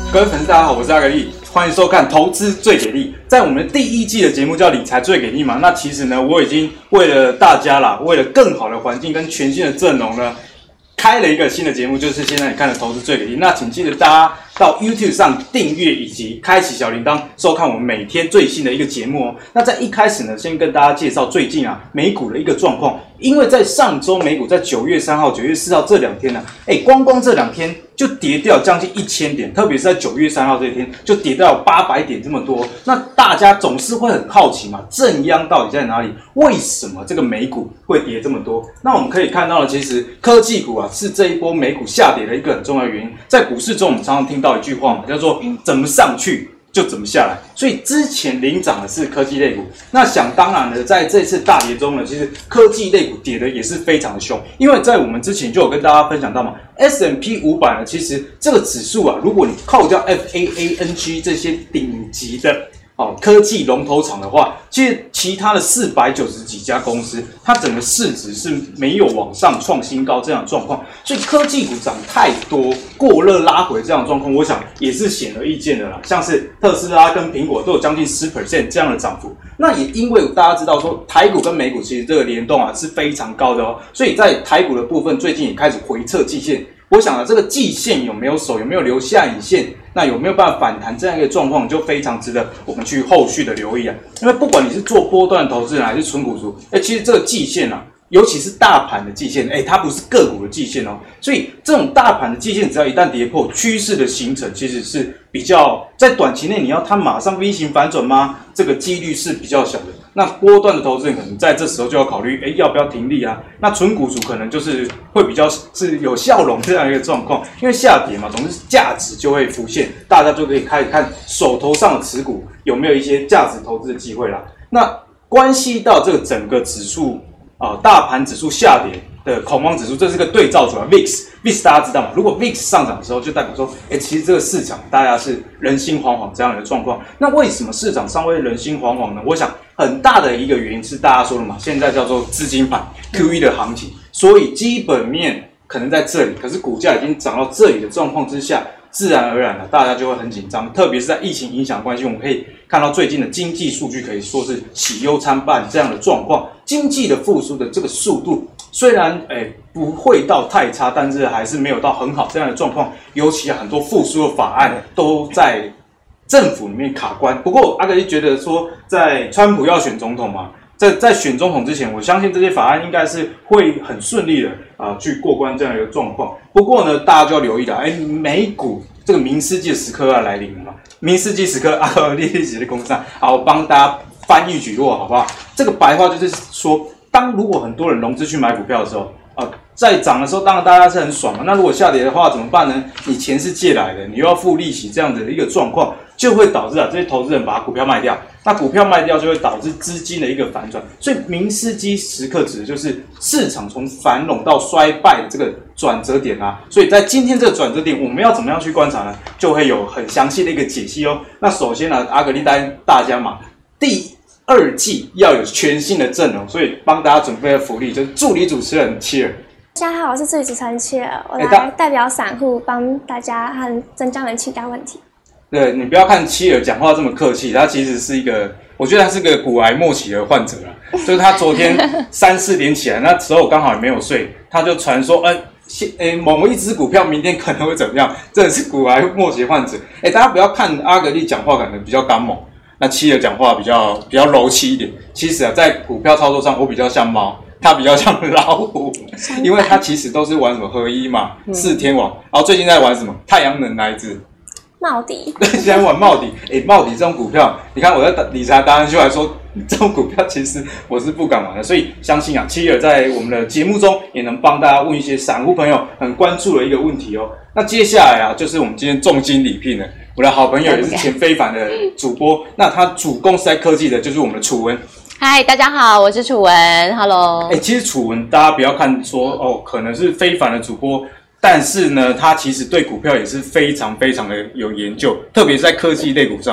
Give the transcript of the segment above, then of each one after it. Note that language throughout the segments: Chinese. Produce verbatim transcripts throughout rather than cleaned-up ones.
各位粉丝，大家好，我是阿格力，欢迎收看《投资最给力》。在我们第一季的节目叫《理财最给力》嘛，那其实呢，我已经为了大家啦，为了更好的环境跟全新的阵容呢，开了一个新的节目，就是现在你看的《投资最给力》。那请记得大家到 YouTube 上订阅以及开启小铃铛，收看我们每天最新的一个节目哦。那在一开始呢，先跟大家介绍最近啊美股的一个状况，因为在上周美股在九月三号、九月四号这两天呢、啊，哎，光光这两天就跌掉将近一千点，特别是在九月三号这一天就跌掉八百点这么多。那大家总是会很好奇嘛，正央到底在哪里？为什么这个美股会跌这么多？那我们可以看到呢，其实科技股啊是这一波美股下跌的一个很重要的原因。在股市中，我们常常听到一句话嘛，叫做怎么上去就怎么下来，所以之前领涨的是科技类股。那想当然的，在这次大跌中呢，其实科技类股跌的也是非常的凶，因为在我们之前就有跟大家分享到嘛 ，S and P 五百 呢，其实这个指数啊，如果你扣掉 F A A N G 这些顶级的哦科技龙头厂的话，其实其他的四百九十几家公司，它整个市值是没有往上创新高这样的状况，所以科技股涨太多，过热拉回这样的状况，我想也是显而易见的啦。像是特斯拉跟苹果都有将近 百分之十 这样的涨幅，那也因为大家知道说台股跟美股其实这个联动啊是非常高的哦，所以在台股的部分最近也开始回测季线。我想啊，这个季线有没有守，有没有留下影线，那有没有办法反弹这样一个状况，就非常值得我们去后续的留意啊。因为不管你是做波段投资人还是纯股族，哎，其实这个季线啊，尤其是大盘的季线，哎，它不是个股的季线哦，所以这种大盘的季线只要一旦跌破，趋势的形成其实是比较在短期内你要它马上 V 型反转吗？这个几率是比较小的。那波段的投资人可能在这时候就要考虑，哎，要不要停利啊？那纯股族可能就是会比较是有笑容这样一个状况，因为下跌嘛，总是价值就会浮现，大家就可以开始看手头上的持股有没有一些价值投资的机会啦。那关系到这个整个指数啊、呃，大盘指数下跌的恐慌指数，这是个对照组啊 ，V I X，V I X 大家知道嘛？如果 V I X 上涨的时候，就代表说，哎，其实这个市场大家是人心惶惶这样的状况。那为什么市场上会人心惶惶呢？我想很大的一个原因是大家说了嘛，现在叫做资金盘 Q E 的行情，所以基本面可能在这里，可是股价已经涨到这里的状况之下，自然而然的大家就会很紧张，特别是在疫情影响关系，我们可以看到最近的经济数据可以说是喜忧参半这样的状况，经济的复苏的这个速度虽然诶不会到太差，但是还是没有到很好这样的状况，尤其很多复苏的法案都在政府里面卡关。不过阿格力觉得说，在川普要选总统嘛，在在选总统之前，我相信这些法案应该是会很顺利的啊、呃、去过关这样一个状况。不过呢，大家就要留意了，哎，美股这个民世纪的时刻要来临了嘛。民世纪时刻，阿格力立即的工商，好，我帮大家翻译举落好不好？这个白话就是说，当如果很多人融资去买股票的时候，啊、呃，在涨的时候，当然大家是很爽嘛。那如果下跌的话怎么办呢？你钱是借来的，你又要付利息，这样子的一个状况，就会导致啊这些投资人把股票卖掉。那股票卖掉就会导致资金的一个反转。所以明斯基时刻指的就是市场从繁荣到衰败的这个转折点啊。所以在今天这个转折点，我们要怎么样去观察呢？就会有很详细的一个解析哦。那首先呢，阿格力带大家嘛，第二季要有全新的阵容，所以帮大家准备了福利，就是助理主持人切尔。 大家好，我是助理主持人切尔，我来代表散户帮大家和增加人气答问题。 对，你不要看切尔讲话这么客气，他其实是一个，我觉得他是个骨癌末期的患者啦。就是他昨天三四点起来，那时候刚好也没有睡，他就传说，呃，诶，某一只股票明天可能会怎么样？真的是骨癌末期患者。哎，大家不要看阿格力讲话可能比较刚猛。那七儿讲话比较比较柔气一点，其实啊，在股票操作上，我比较像猫，他比较像老虎，因为他其实都是玩什么合一嘛、嗯、四天王，然后最近在玩什么太阳能那一只茂迪， 对，现在玩茂迪，哎，茂迪这种股票，你看我在理财达人秀来说，这种股票其实我是不敢玩的，所以相信啊，七儿在我们的节目中也能帮大家问一些散户朋友很关注的一个问题哦。那接下来啊，就是我们今天重金礼聘的。我的好朋友也是前非凡的主播，那他主攻是在科技的，就是我们的楚文。 嗨，大家好，我是楚文 ，Hello。 哎、欸，其实楚文大家不要看说哦，可能是非凡的主播，但是呢，他其实对股票也是非常非常的有研究，特别是在科技类股上。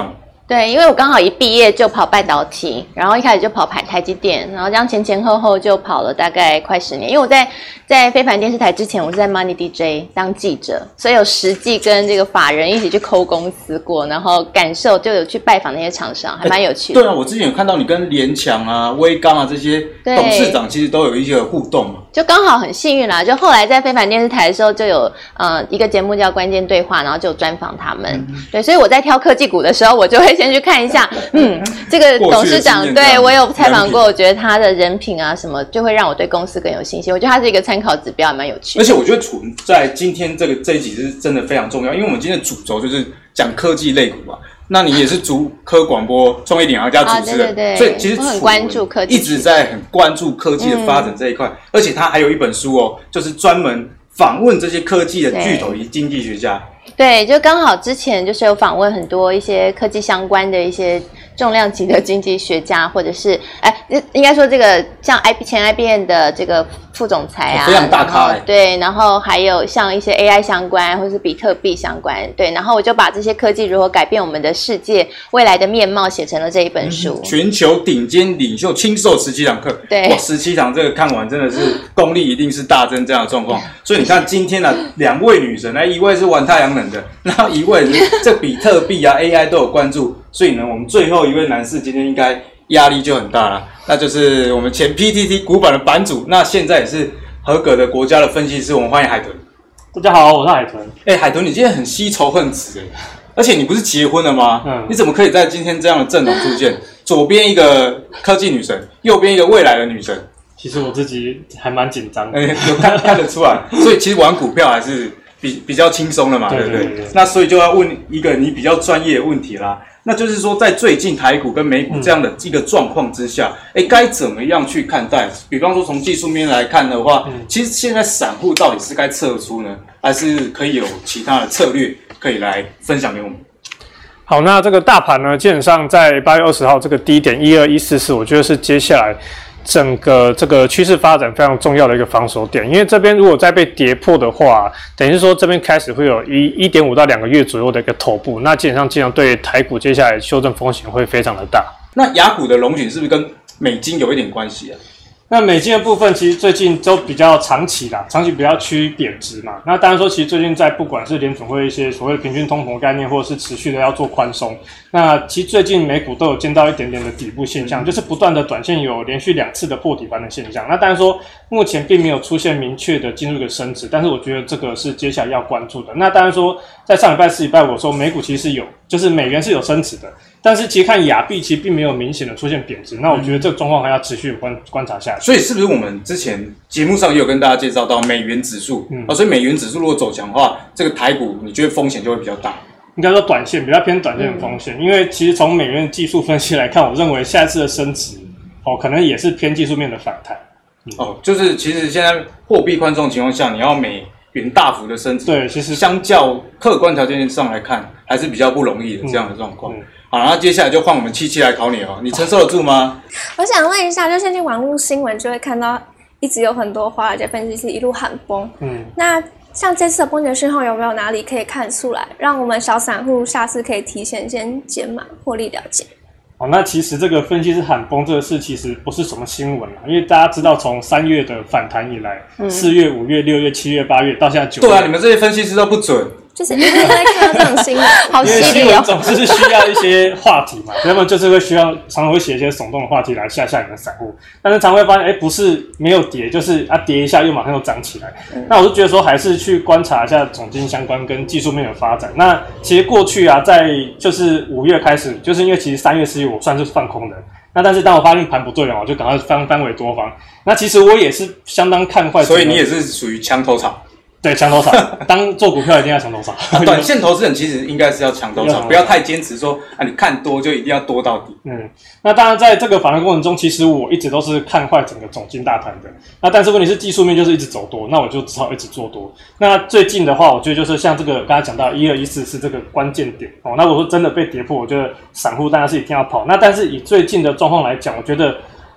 对，因为我刚好一毕业就跑半导体，然后一开始就跑台台积电，然后这样前前后后就跑了大概快十年。因为我在在非凡电视台之前，我是在 Money D J 当记者，所以有实际跟这个法人一起去抠公司过，然后感受就有去拜访那些厂商，还蛮有趣的。 欸、对啊，我之前有看到你跟联强啊、威刚啊这些董事长其实都有一些互动嘛。 就刚好很幸运啦，就后来在非凡电视台的时候，就有呃一个节目叫《关键对话》，然后就专访他们。嗯、对，所以我在挑科技股的时候，我就会先去看一下，嗯，这个董事长，对我有采访过，我觉得他的人品啊什么，就会让我对公司更有信心。我觉得他是一个参考指标，还蛮有趣的。 而且我觉得处在今天这个这一集是真的非常重要，因为我们今天的主轴就是讲科技类股嘛。那你也是竹科广播创业领航家主持人， 啊、对对对， 所以其实我很关注科技， 一直在很关注科技的发展这一块，嗯、而且他还有一本书哦，就是专门访问这些科技的巨头以及经济学家。 对，就刚好之前就是有访问很多一些科技相关的一些重量级的经济学家，或者是哎，应该说这个像 I B 前 I B M 的这个副总裁啊， 非常大咖、欸。 对，然后还有像一些 A I 相关或者是比特币相关，对，然后我就把这些科技如何改变我们的世界未来的面貌写成了这一本书。嗯、 全球顶尖领袖亲授十七堂课， 对， 哇，十七堂这个看完真的是功力一定是大增这样的状况。所以你看今天呢、啊，两位女神，哎，一位是玩太阳能的。然后一位是这比特币啊 A I 都有关注，所以呢，我们最后一位男士今天应该压力就很大了，那就是我们前 P T T 股版的版主，那现在也是合格的国家的分析师，我们欢迎海豚。 大家好，我是海豚。 哎、欸，海豚，你今天很惜仇恨值哎，而且你不是结婚了吗？嗯，你怎么可以在今天这样的阵容出现？左边一个科技女神，右边一个未来的女神。 其实我自己还蛮紧张的， 欸、有看看得出来，所以其实玩股票还是。比比较轻松了嘛，对不 对, 对, 对, 对？那所以就要问一个你比较专业的问题啦，那就是说，在最近台股跟美股这样的一个状况之下，哎、嗯，该怎么样去看待？比方说从技术面来看的话，嗯、其实现在散户到底是该撤出呢，还是可以有其他的策略可以来分享给我们？ 好，那这个大盘呢，基本上在八月二十号这个低点一二一四四，我觉得是接下来整个这个趋势发展非常重要的一个防守点，因为这边如果再被跌破的话，等于是说这边开始会有一一点五到两个月左右的一个头部，那基本上基本上对台股接下来修正风险会非常的大。 那亚股的龙井是不是跟美金有一点关系啊？ 那美金的部分其实最近都比较长期啦，长期比较趋于贬值嘛。那当然说，其实最近在不管是联准会一些所谓的平均通膨概念，或者是持续的要做宽松，那其实最近美股都有见到一点点的底部现象，就是不断的短线有连续两次的破底盘的现象。那当然说，目前并没有出现明确的进入一个升值，但是我觉得这个是接下来要关注的。那当然说，在上礼拜、四礼拜我说美股其实是有，就是美元是有升值的。但是其实看亚币，其实并没有明显的出现贬值，那我觉得这个状况还要持续观观察下去。 所以是不是我们之前节目上也有跟大家介绍到美元指数、嗯哦、所以美元指数如果走强的话，这个台股你觉得风险就会比较大？ 应该说短线比较偏短线的风险、嗯，因为其实从美元的技术分析来看，我认为下一次的升值哦，可能也是偏技术面的反弹、 嗯。哦，就是其实现在货币宽松的情况下，你要美元大幅的升值， 对，其实相较客观条件上来看，还是比较不容易的、嗯、这样的状况。嗯好，那接下来就换我们七七来考你哦，你承受得住吗？ 我想问一下，就最近网络新闻就会看到，一直有很多华尔街分析师一路喊崩。嗯，那像这次的崩跌讯号有没有哪里可以看出来，让我们小散户下次可以提前先减码获利了结？ 哦，那其实这个分析师喊崩这个事其实不是什么新闻啦，因为大家知道从三月的反弹以来，四、嗯、月、五月、六月、七月、八月到现在九月， 对啊，你们这些分析师都不准。 就是一定会看到这种新闻， 好犀利哦！ 因为新闻总是需要一些话题嘛，他们就是会需要常常会写一些耸动的话题来吓吓你们散户，但是常会发现，哎，不是没有跌，就是啊跌一下又马上又涨起来。嗯、那我就觉得说，还是去观察一下总经相关跟技术面的发展。那其实过去啊，在就是五月开始，就是因为其实三月、四月我算是放空的。那但是当我发现盘不对了，我就赶快翻翻回多方。那其实我也是相当看坏， 所以你也是属于墙头草。 对，墙头草，当做股票一定要墙头草。 啊、短线投资人其实应该是要墙头草，不要太坚持说啊，你看多就一定要多到底。 嗯，那当然在这个反弹过程中，其实我一直都是看坏整个总经大盘的。那但是问题是技术面就是一直走多，那我就只好一直做多。那最近的话，我觉得就是像这个刚才讲到一二一四是这个关键点哦。那我说真的被跌破，我觉得散户当然是一定要跑。那但是以最近的状况来讲，我觉得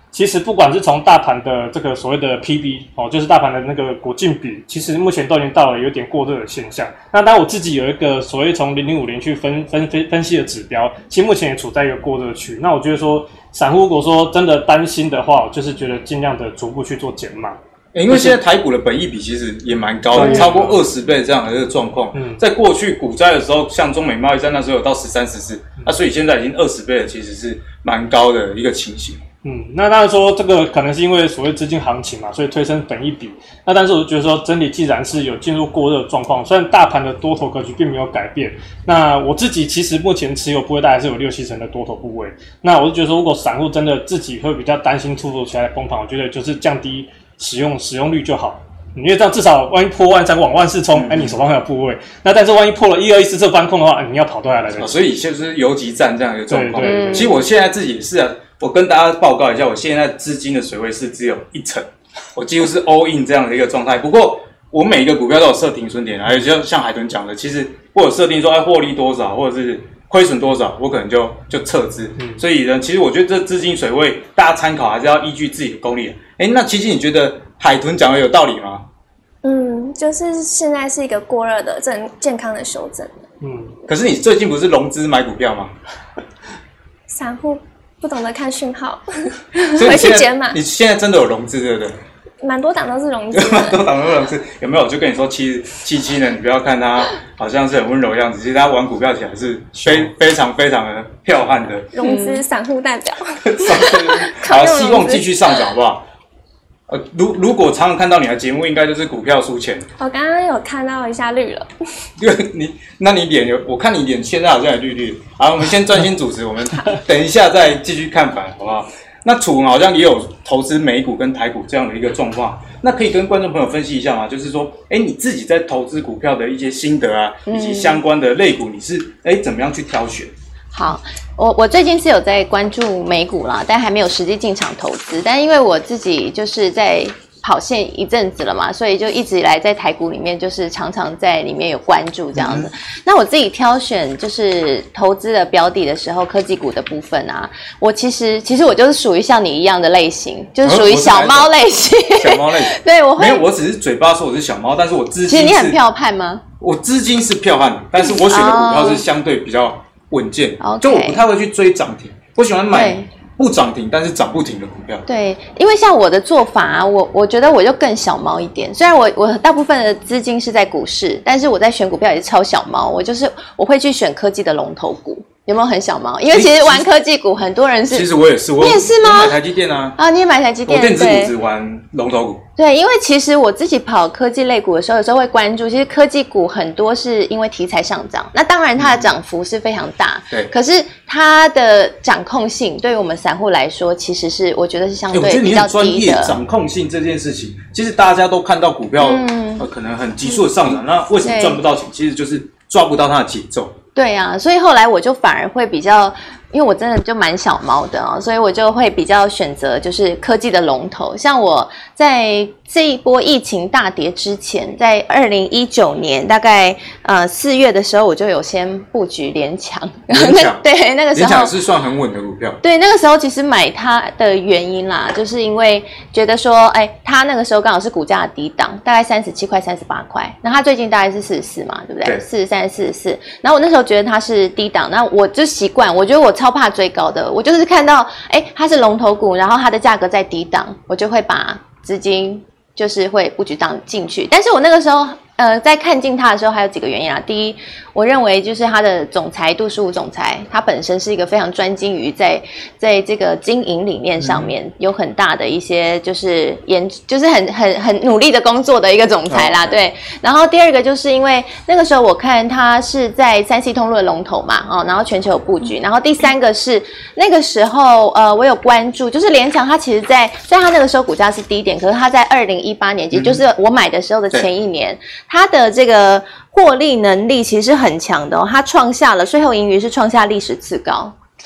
其实不管是从大盘的这个所谓的 P B 哦，就是大盘的那个股净比，其实目前都已经到了有点过热的现象。那当然我自己有一个所谓从零零五零去分分分分析的指标，其实目前也处在一个过热区。那我觉得说，散户如果说真的担心的话，我就是觉得尽量的逐步去做减码。 欸、因为现在台股的本益比其实也蛮高的，超过二十倍这样的一个状况。嗯，在过去股灾的时候，像中美贸易战那时候有到十三、十四，那所以现在已经二十倍了，其实是蛮高的一个情形。 嗯，那当然说这个可能是因为所谓资金行情嘛，所以推升本益比。那但是我觉得说整体既然是有进入过热的状况，虽然大盘的多头格局并没有改变，那我自己其实目前持有部位大概是有六七成的多头部位。那我就觉得说，如果散户真的自己会比较担心突如其来的崩盘，我觉得就是降低使用使用率就好。因为这样至少万一破万三往万四冲，哎、嗯，你手上还有部位。那但是万一破了一二一四这翻空的话，你要跑都还来得及。 哦，所以就是游击战这样一个状况。 对对对。 其实我现在自己也是啊，我跟大家报告一下，我现在资金的水位是只有一成，我几乎是 all in 这样的一个状态。不过我每一个股票都有设停损点，还有就像海豚讲的，其实我有设定说，哎，获利多少，或者是亏损多少，我可能就就撤资。嗯，所以呢，其实我觉得这资金水位大家参考还是要依据自己的功力。哎，那其实你觉得海豚讲的有道理吗？ 嗯，就是现在是一个过热的正健康的修正。 嗯，可是你最近不是融资买股票吗？ 散户不懂得看讯号， 所以回去减码。 你现在真的有融资对不对？ 蛮多档都是融资， 蛮多档都是融资，有没有？我就跟你说，七七七呢，你不要看他好像是很温柔的样子，其实他玩股票起来是非非常非常的剽悍的。 融资散户代表， 好，希望继续上涨，好不好？呃，如如果常常看到你的节目，应该就是股票输钱。 我刚刚有看到一下绿了， 因为你，那你脸有，我看你脸现在好像也绿绿的。好，我们先专心主持，我们等一下再继续看盘，好不好？那楚文好像也有投资美股跟台股这样的一个状况，那可以跟观众朋友分析一下吗？就是说，哎，你自己在投资股票的一些心得啊，以及相关的类股，你是哎怎么样去挑选？ 好，我我最近是有在关注美股啦，但还没有实际进场投资。但因为我自己就是在跑线一阵子了嘛，所以就一直以来在台股里面就是常常在里面有关注这样子。嗯、那我自己挑选就是投资的标的的时候，科技股的部分啊，我其实其实我就是属于像你一样的类型，就是属于小猫类型。 小猫类型。对，我会没有，我只是嘴巴说我是小猫，但是我资金其实你很剽悍吗？ 我资金是剽悍的，但是我选的股票是相对比较稳健， okay, 就我不太会去追涨停，我喜欢买不涨停但是涨不停的股票。 对，因为像我的做法啊，我我觉得我就更小猫一点。虽然我我大部分的资金是在股市，但是我在选股票也是超小猫。我就是我会去选科技的龙头股。有没有很小猫？因为其实玩科技股，很多人是。 其实我也是，我你也是吗？ 我买台积电啊。 啊，你也买台积电？ 我电子股只玩龙头股。 对，因为其实我自己跑科技类股的时候，有时候会关注，其实科技股很多是因为题材上涨，那当然它的涨幅是非常大， 对、嗯。 可是它的掌控性对于我们散户来说，其实是我觉得是相对比较低的。 专业掌控性这件事情，其实大家都看到股票、嗯呃、可能很急速的上涨、嗯，那为什么赚不到钱？其实就是抓不到它的节奏。 对啊，所以后来我就反而会比较，因为我真的就蛮小猫的哦，所以我就会比较选择就是科技的龙头。像我在这一波疫情大跌之前，在二零一九年大概呃四月的时候，我就有先布局联强。 联强对，那个时候联强是算很稳的股票。 对，那个时候其实买它的原因啦，就是因为觉得说，哎，它那个时候刚好是股价的低档，大概三十七块、三十八块。那它最近大概是四十四嘛，对不对？四十三、四十四。然后我那时候觉得它是低档，那我就习惯，我觉得我超怕追高的，我就是看到，哎，它是龙头股，然后它的价格在低档，我就会把资金就是会布局档进去。但是我那个时候，呃，在看进它的时候，还有几个原因啊。第一，我认为就是它的总裁杜书武总裁，他本身是一个非常专精于在在这个经营理念上面、嗯、有很大的一些就是研，就是很很很努力的工作的一个总裁啦。哦、对。然后第二个就是因为那个时候我看他是在三 C 通路的龙头嘛，哦，然后全球有布局。然后第三个是那个时候呃，我有关注，就是联强它其实在虽然它那个时候股价是低点，可是它在二零一八年，也就是我买的时候的前一年。它的这个获利能力其实是很强的哦，它创下了税后盈余是创下历史次高。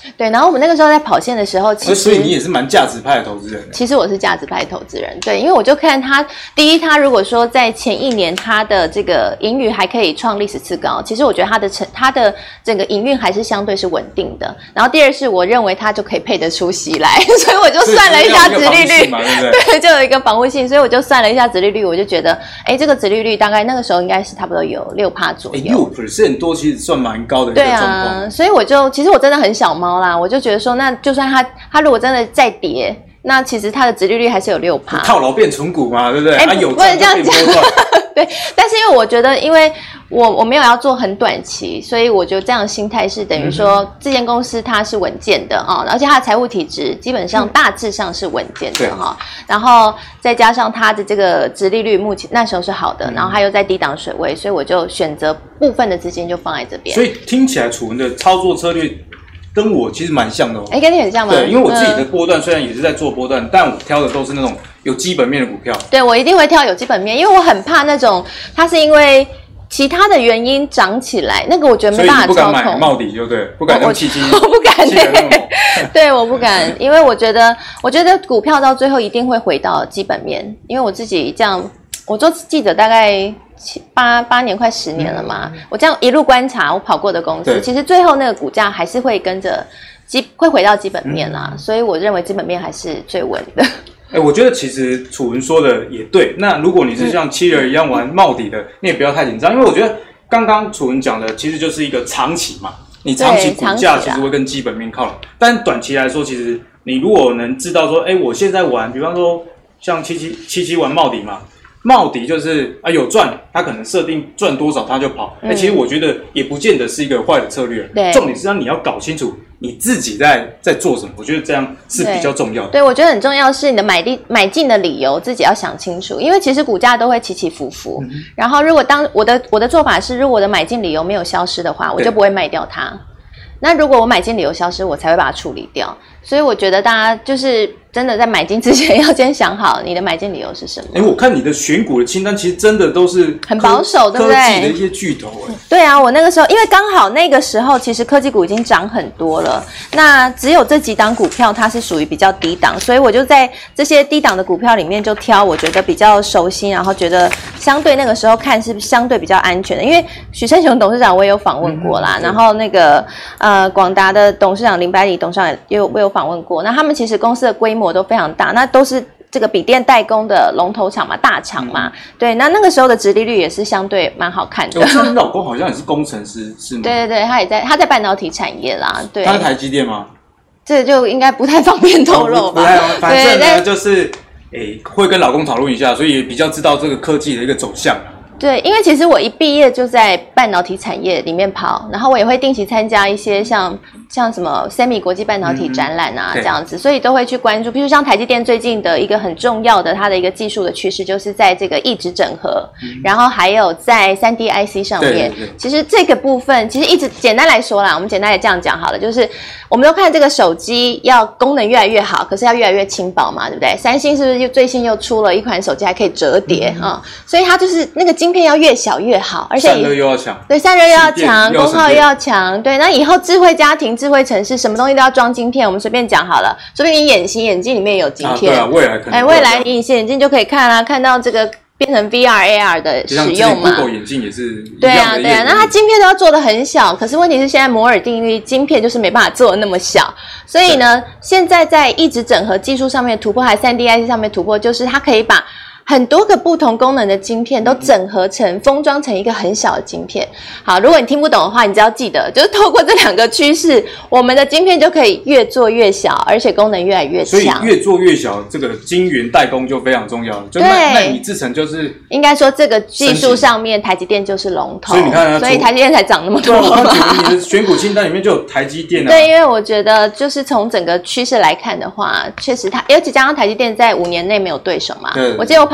对，然后我们那个时候在跑线的时候，其实所以你也是蛮价值派的投资人。 其实我是价值派投资人，对，因为我就看他，第一，他如果说在前一年他的这个盈余还可以创历史次高，其实我觉得他的成他的整个营运还是相对是稳定的。然后第二是我认为他就可以配得出息来，所以我就算了一下殖利率， 对, 对，就有一个防护性，所以我就算了一下殖利率，我就觉得，哎，这个殖利率大概那个时候应该是差不多有六趴左右， 六 percent 多，其实算蛮高的一个状况。对啊， 所以我就其实我真的很小猫啦，我就觉得说，那就算它它如果真的再跌，那其实它的殖利率还是有六趴， 套牢变存股嘛，对不对？ 哎、 啊，有不能这样讲。对，但是因为我觉得，因为我我没有要做很短期，所以我觉得这样的心态是等于说，嗯、这间公司它是稳健的啊、哦，而且它的财务体质基本上大致上是稳健的哈、嗯。然后再加上它的这个殖利率目前那时候是好的，嗯、然后它又在低档水位，所以我就选择部分的资金就放在这边。 所以听起来楚文的操作策略跟我其实蛮像的哦。 哎，跟你很像吗？ 对，因为我自己的波段虽然也是在做波段，嗯、但我挑的都是那种有基本面的股票。 对，我一定会挑有基本面，因为我很怕那种它是因为其他的原因涨起来，那个我觉得没办法操控。 所以你不敢买茂底，就对，不敢用基金， 我不敢对，对，我不敢，因为我觉得，我觉得股票到最后一定会回到基本面，因为我自己这样，我做记者大概七八八年，快十年了嘛，嗯、我这样一路观察我跑过的公司，其实最后那个股价还是会跟着基会回到基本面啦，嗯、所以我认为基本面还是最稳的。 哎、欸，我觉得其实楚文说的也对。那如果你是像七人一样玩茂底的，嗯、你也不要太紧张，因为我觉得刚刚楚文讲的其实就是一个长期嘛，你长期股价其实会跟基本面靠拢，但短期来说，其实你如果能知道说，哎、欸，我现在玩，比方说像七七七七玩茂底嘛，茂底就是啊有赚，他可能设定赚多少他就跑。哎、嗯欸，其实我觉得也不见得是一个坏的策略，对，重点是让你要搞清楚你自己在在做什么，我觉得这样是比较重要的。 对，对我觉得很重要是你的买力买进的理由自己要想清楚，因为其实股价都会起起伏伏。嗯、然后如果当我的我的做法是，如果我的买进理由没有消失的话，我就不会卖掉它。那如果我买进理由消失，我才会把它处理掉。所以我觉得大家就是真的在买进之前要先想好你的买进理由是什么。 哎、欸，我看你的选股的清单其实真的都是很保守，对不对？ 科技的一些巨头、欸， 对啊，我那个时候因为刚好那个时候其实科技股已经涨很多了，那只有这几档股票它是属于比较低档，所以我就在这些低档的股票里面就挑我觉得比较熟悉，然后觉得相对那个时候看是相对比较安全的。因为许胜雄董事长我也有访问过啦，嗯、然后那个呃广达的董事长林百里董事长也有我有访问过，那他们其实公司的规模都非常大，那都是这个笔电代工的龙头厂嘛，大厂嘛，嗯、对，那那个时候的殖利率也是相对蛮好看的。 我知道你老公好像也是工程师，是吗？ 对对对，他也在他在半导体产业啦，对。 他是台积电吗？ 这就应该不太方便透露吧。 哦、不反正呢，就是诶会跟老公讨论一下，所以也比较知道这个科技的一个走向啊。 对，因为其实我一毕业就在半导体产业里面跑，然后我也会定期参加一些像像什么 Semi 国际半导体展览啊、嗯、这样子，所以都会去关注。比如像台积电最近的一个很重要的它的一个技术的趋势，就是在这个异质整合，嗯、然后还有在 三 D I C 上面。对对对，其实这个部分其实一直简单来说啦，我们简单的这样讲好了，就是我们都看这个手机要功能越来越好，可是要越来越轻薄嘛，对不对？三星是不是又最新又出了一款手机还可以折叠啊、嗯嗯？所以它就是那个晶片要越小越好，而且散热又要强， 对，散热又要强，功耗又要强，对。那以后智慧家庭、智慧城市，什么东西都要装晶片。我们随便讲好了，说不定你隐形眼镜里面也有晶片， 啊对啊，未来可能哎，未来你隐形眼镜就可以看啊，看到这个变成 V R A R 的使用嘛。 Google 眼镜也是一样的， 对啊，对啊。那它晶片都要做得很小，可是问题是现在摩尔定律，晶片就是没办法做得那么小，所以呢，现在在异质整合技术上面的突破，还 三 D I C 上面突破，就是它可以把很多个不同功能的晶片都整合成封装成一个很小的晶片。好，如果你听不懂的话，你只要记得，就是透过这两个趋势，我们的晶片就可以越做越小，而且功能越来越强。 所以越做越小，这个晶圆代工就非常重要了。就纳米制程就是应该说这个技术上面，台积电就是龙头。 所以你看， 所以台积电才涨那么多。 你的选股清单里面就有台积电啊。 对，因为我觉得就是从整个趋势来看的话，确实它，尤其加上台积电在五年内没有对手嘛。对对对，我记得我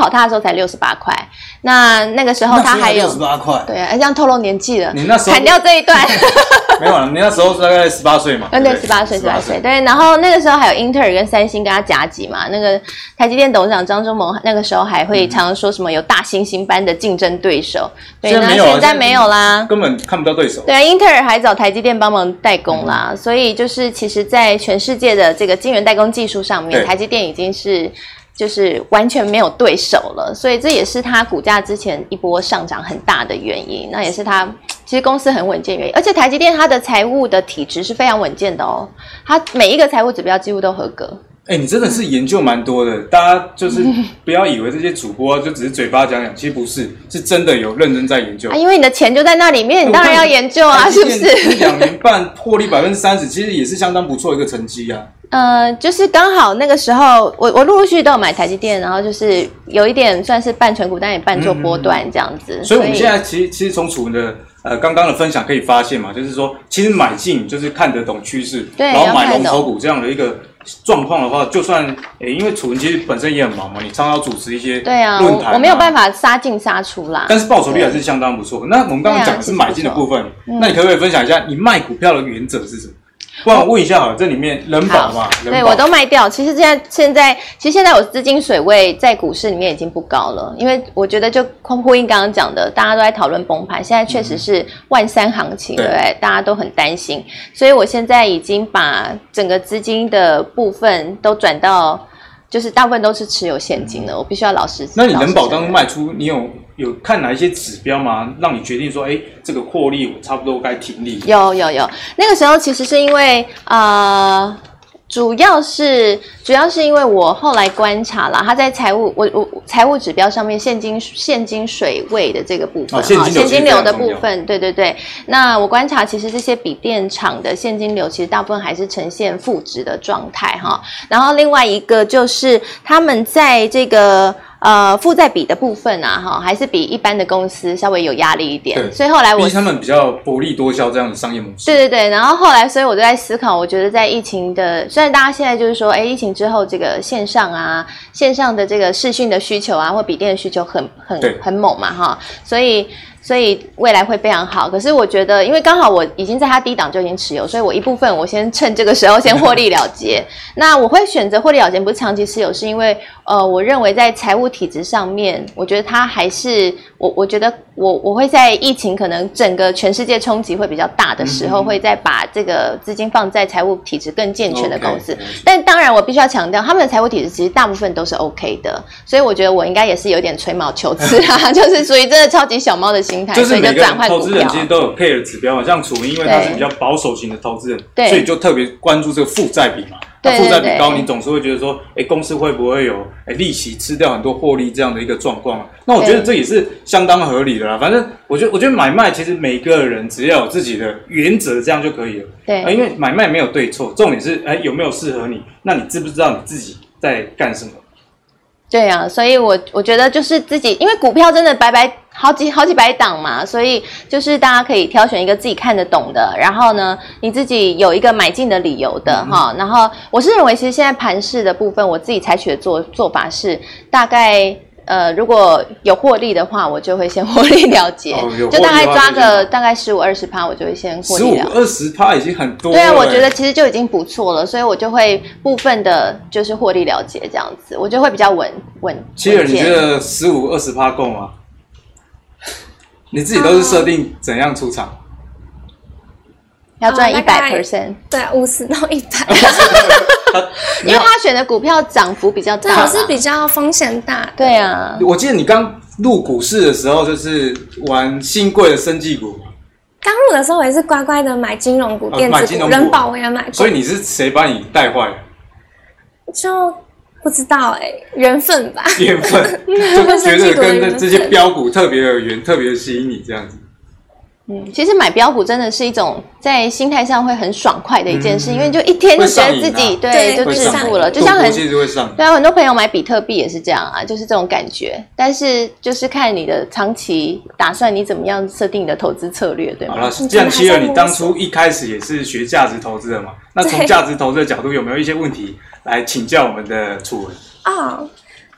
跑它的时候才六十八块，那那个时候它还有六十八块， 对啊，这样透露年纪了。 你那时候砍掉这一段， 没有了，你那时候大概十八岁嘛？ 嗯，对，十八岁，十八岁，对。然后那个时候还有英特尔跟三星跟他夹击嘛，那个台积电董事长张忠谋那个时候还会常常说什么有大猩猩般的竞争对手，对，那现在没有啦， 根本看不到对手。 对啊，英特尔还找台积电帮忙代工啦，嗯、所以就是其实，在全世界的这个晶圆代工技术上面，台积电已经是。就是完全没有对手了，所以这也是它股价之前一波上涨很大的原因。那也是它其实公司很稳健原因，而且台积电它的财务的体质是非常稳健的哦，它每一个财务指标几乎都合格。 哎、欸，你真的是研究蛮多的，大家就是不要以为这些主播就只是嘴巴讲讲，其实不是，是真的有认真在研究。 啊，因为你的钱就在那里面，你当然要研究啊，是不是？ 两年半获利百分之三十，其实也是相当不错的一个成绩啊。 呃，就是刚好那个时候，我我陆陆续续都有买台积电，然后就是有一点算是半存股，但也半做波段这样子。 嗯、所以我们现在其实其实从楚文的呃刚刚的分享可以发现嘛，就是说其实买进就是看得懂趋势， 对， 然后买龙头股这样的一个状况的话，就算诶、欸，因为楚文其实本身也很忙嘛，你常常要主持一些对啊论坛、啊， 我没有办法杀进杀出啦， 但是报酬率还是相当不错。那我们刚刚讲的是买进的部分， 嗯、 那你可不可以分享一下你卖股票的原则是什么？不然我问一下好了，这里面人保嘛，人保对我都卖掉。其实现在现在，其实现在我资金水位在股市里面已经不高了，因为我觉得就呼应刚刚讲的，大家都在讨论崩盘，现在确实是万三行情，嗯、对不对？大家都很担心，所以我现在已经把整个资金的部分都转到，就是大部分都是持有现金的，嗯、我必须要老实。 那你人保当中卖出，你有有看哪一些指标吗？让你决定说，哎，这个获利我差不多该停利？ 有有有，那个时候其实是因为呃，主要是主要是因为我后来观察啦，他在财务我我财务指标上面现金现金水位的这个部分， 哦、现金流现金流的部分，对对对。那我观察其实这些笔电厂的现金流其实大部分还是呈现负值的状态哈。然后另外一个就是他们在这个。呃，负债比的部分啊，哈，还是比一般的公司稍微有压力一点，所以后来我， 毕竟他们比较薄利多销这样的商业模式。 对对对，然后后来，所以我就在思考，我觉得在疫情的，虽然大家现在就是说，哎，疫情之后这个线上啊，线上的这个视讯的需求啊，或笔电的需求很很很猛嘛，哈，所以。所以未来会非常好，可是我觉得，因为刚好我已经在它低档就已经持有，所以我一部分我先趁这个时候先获利了结。那我会选择获利了结，不是长期持有，是因为呃，我认为在财务体质上面，我觉得它还是我我觉得我我会在疫情可能整个全世界冲击会比较大的时候，嗯、会再把这个资金放在财务体质更健全的公司。Okay, 但当然，我必须要强调，他们的财务体质其实大部分都是 OK 的，所以我觉得我应该也是有点吹毛求疵啊，就是属于真的超级小猫的心态， 就是每个转换投资人其实都有 care 的指标嘛，像楚文，因为他是比较保守型的投资人，所以就特别关注这个负债比嘛。那负债比高，你总是会觉得说，哎，公司会不会有哎利息吃掉很多获利这样的一个状况？那我觉得这也是相当合理的啦。反正我觉得，我觉得买卖其实每个人只要有自己的原则，这样就可以了。 对， 因为买卖没有对错，重点是哎有没有适合你，那你知不知道你自己在干什么？ 对啊，所以我我觉得就是自己，因为股票真的百百好几好几百档嘛，所以就是大家可以挑选一个自己看得懂的，然后呢，你自己有一个买进的理由的哈、嗯。然后我是认为，其实现在盘势的部分，我自己采取的做做法是，大概呃如果有获利的话，我就会先获利了结，哦、就大概抓个大概十五二十趴，我就会先获利了结。 十五二十趴已经很多了。 对啊，我觉得其实就已经不错了，所以我就会部分的就是获利了结这样子，我就会比较稳稳。 希尔，你觉得十五二十趴够吗？你自己都是设定怎样出场？ 要赚一百 percent， 对，五十到一百， 因为他选的股票涨幅比较大， 对，我是比较风险大的。 对啊， 我记得你刚入股市的时候，就是玩新贵的生技股。 刚入的时候，我也是乖乖的买金融股、电子股、人保我也买过。 所以你是谁把你带坏？ 就不知道哎、欸，缘分吧。 缘分，就觉得跟这些标股特别有缘，特别吸引你这样子。 嗯，其实买标股真的是一种在心态上会很爽快的一件事，嗯、因为就一天就觉得自己、啊、对就致富了，就像很对啊，很多朋友买比特币也是这样啊，就是这种感觉。但是就是看你的长期打算，你怎么样设定你的投资策略，对吗？ 好了，这样希尔，你当初一开始也是学价值投资的嘛？那从价值投资的角度，有没有一些问题来请教我们的楚文？ 哦，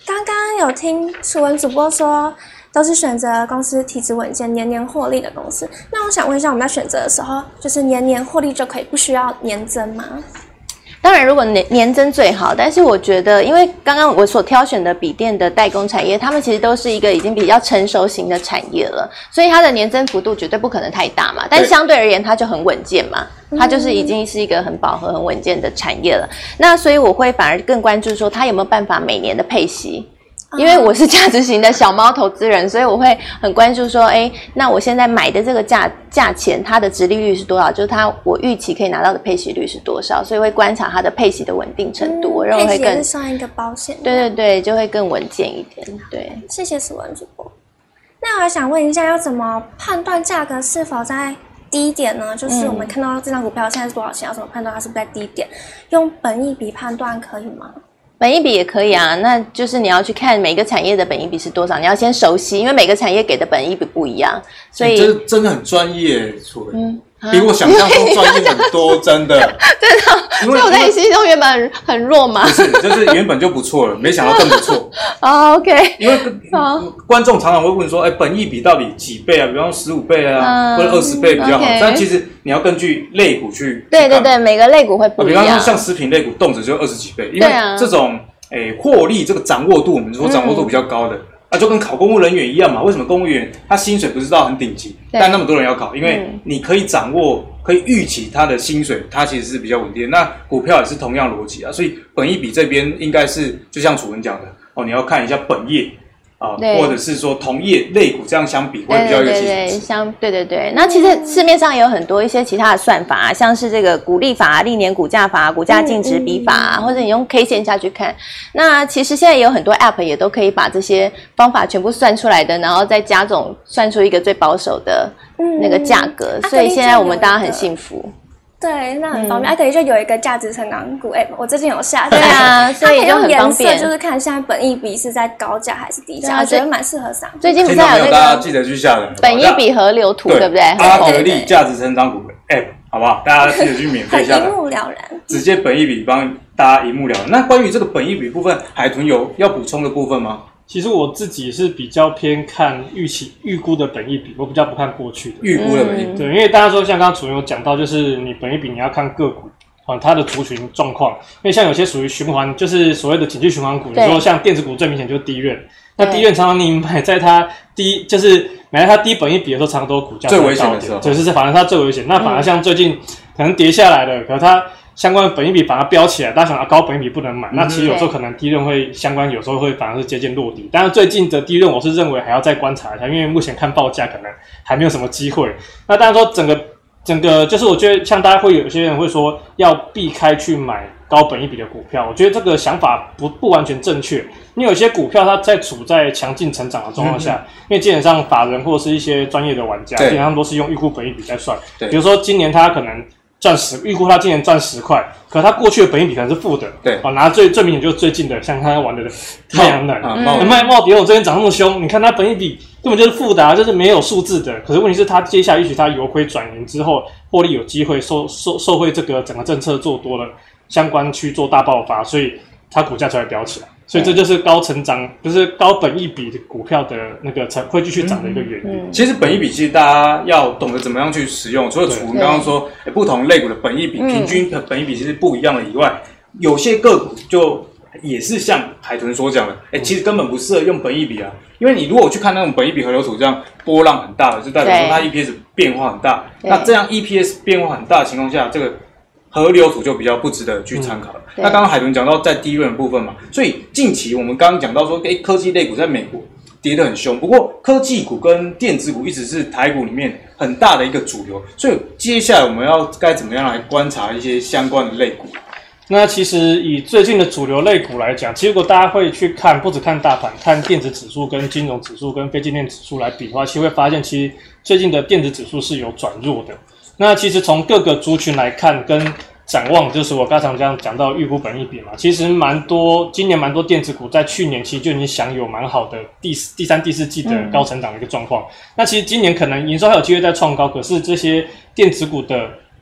刚刚有听楚文主播说，都是选择公司体质稳健、年年获利的公司。那我想问一下，我们在选择的时候，就是年年获利就可以，不需要年增吗？ 当然，如果年年增最好，但是我觉得，因为刚刚我所挑选的笔电的代工产业，他们其实都是一个已经比较成熟型的产业了，所以它的年增幅度绝对不可能太大嘛。但是相对而言，它就很稳健嘛，它就是已经是一个很饱和、很稳健的产业了。那所以我会反而更关注说，它有没有办法每年的配息。因为我是价值型的小猫投资人，所以我会很关注说，哎，那我现在买的这个价价钱，它的殖利率是多少？就是它我预期可以拿到的配息率是多少？所以会观察它的配息的稳定程度，嗯、我认为会更配息也是算一个保险。 对对对，就会更稳健一点。对， 谢谢楚文主播。那我还想问一下，要怎么判断价格是否在低点呢？就是我们看到这张股票现在是多少钱，要怎么判断它是不是在低点？用本益比判断可以吗？ 本益比也可以啊，那就是你要去看每个产业的本益比是多少，你要先熟悉，因为每个产业给的本益比不一样，所以、 欸、这真的很专业，楚文、嗯。比我想象中专业很多，真的， 真的。所以我在你心中原本很很弱嘛？ 不是，就是原本就不错了，没想到更不错。 哦 ，OK。 因为观众常常会问说，哎、欸，本益比到底几倍啊？比方说十五倍啊，嗯、或者二十倍比较好。Okay. 但其实你要根据类股去。 对对对，每个类股会不一样。 比方说像食品类股，动辄就二十几倍，因为这种诶获利这个掌握度，我们说掌握度比较高的。嗯啊，就跟考公务人员一样嘛。为什么公务员他薪水不是到很顶级，但那么多人要考？因为你可以掌握、可以预期他的薪水，它其实是比较稳定。那股票也是同样逻辑啊，所以本益比这边应该是就像楚文讲的哦，你要看一下本业啊，或者是说同业类股这样相比会比较有对对对相对对对。那其实市面上也有很多一些其他的算法、啊，像是这个股利法、历年股价法、股价净值比法、啊，或者你用 K 线下去看。那其实现在也有很多 App 也都可以把这些方法全部算出来的，然后再加总算出一个最保守的那个价格。嗯、所以现在我们大家很幸福。 对，那很方便。嗯、啊，可以就有一个价值成长股 app， 我最近有下。 对啊，所以就很方便。 就是看现在本益比是在高价还是低价，我觉得蛮适合上。 最近不是还有那个大家记得去下载本益比河流图，对不对？ 阿格力价值成长股 app， 好不好？大家记得去免费下载， 一目了然。 直接本益比帮大家一目了然。那关于这个本益比部分，海豚有要补充的部分吗？ 其实我自己是比较偏看预期预估的本益比，我比较不看过去的预估的本益比。 对，因为大家说像刚刚楚文有讲到，就是你本益比你要看个股啊，它的族群状况。因为像有些属于循环，就是所谓的景气循环股，你说像电子股最明显就是低润。那低润常常你买在它低，就是买在它低本益比的时候，常常都股价最危险的时候， 就是反而它最危险。那反而像最近可能跌下来了，可它相关的本益比反而飙起来，大家想啊高本益比不能买，那其实有时候可能低润会相关，有时候会反而是接近落底。但是最近的低润，我是认为还要再观察一下，因为目前看报价可能还没有什么机会。那当然说整个整个就是我觉得像大家会有些人会说要避开去买高本益比的股票，我觉得这个想法不不完全正确。因为有些股票它在处在强劲成长的状况下，嗯、因为基本上法人或是一些专业的玩家，基本上都是用预估本益比在算。比如说今年他可能赚十，预估他今年赚十块，可他过去的本益比可能是负的。 对， 哦，拿最最明显就是最近的，像他玩的太阳能， 嗯， 卖茂迪，我最近涨那么凶，你看他本益比根本就是负的，啊，就是没有数字的。可是问题是，他接下来也许他由亏转盈之后，获利有机会受受受惠这个整个政策做多了，相关去做大爆发，所以它股价才会飙起来。所以这就是高成长，就是高本益比的股票的那个会继续涨的一个原因。 嗯嗯、其实本益比其实大家要懂得怎么样去使用。除了楚文刚刚说，欸，不同类股的本益比、嗯、平均的本益比其实不一样的以外，有些个股就也是像海豚所讲的，欸，其实根本不适合用本益比啊。因为你如果去看那种本益比河流图这样波浪很大的，就代表说它 E P S 变化很大。那这样 E P S 变化很大的情况下，这个河流图就比较不值得去参考了。嗯、那刚刚海豚讲到在低润的部分嘛，所以近期我们刚刚讲到说，诶，科技类股在美国跌得很凶，不过科技股跟电子股一直是台股里面很大的一个主流，所以接下来我们要该怎么样来观察一些相关的类股？ 那其实以最近的主流类股来讲，其实如果大家会去看，不只看大盘，看电子指数跟金融指数跟非金电指数来比的话，其实会发现，其实最近的电子指数是有转弱的。那其实从各个族群来看，跟展望，就是我刚才这样讲到预估本益比嘛，其实蛮多，今年蛮多电子股在去年其实就已经享有蛮好的第第三、第四季的高成长的一个状况。嗯、那其实今年可能营收还有机会再创高，可是这些电子股的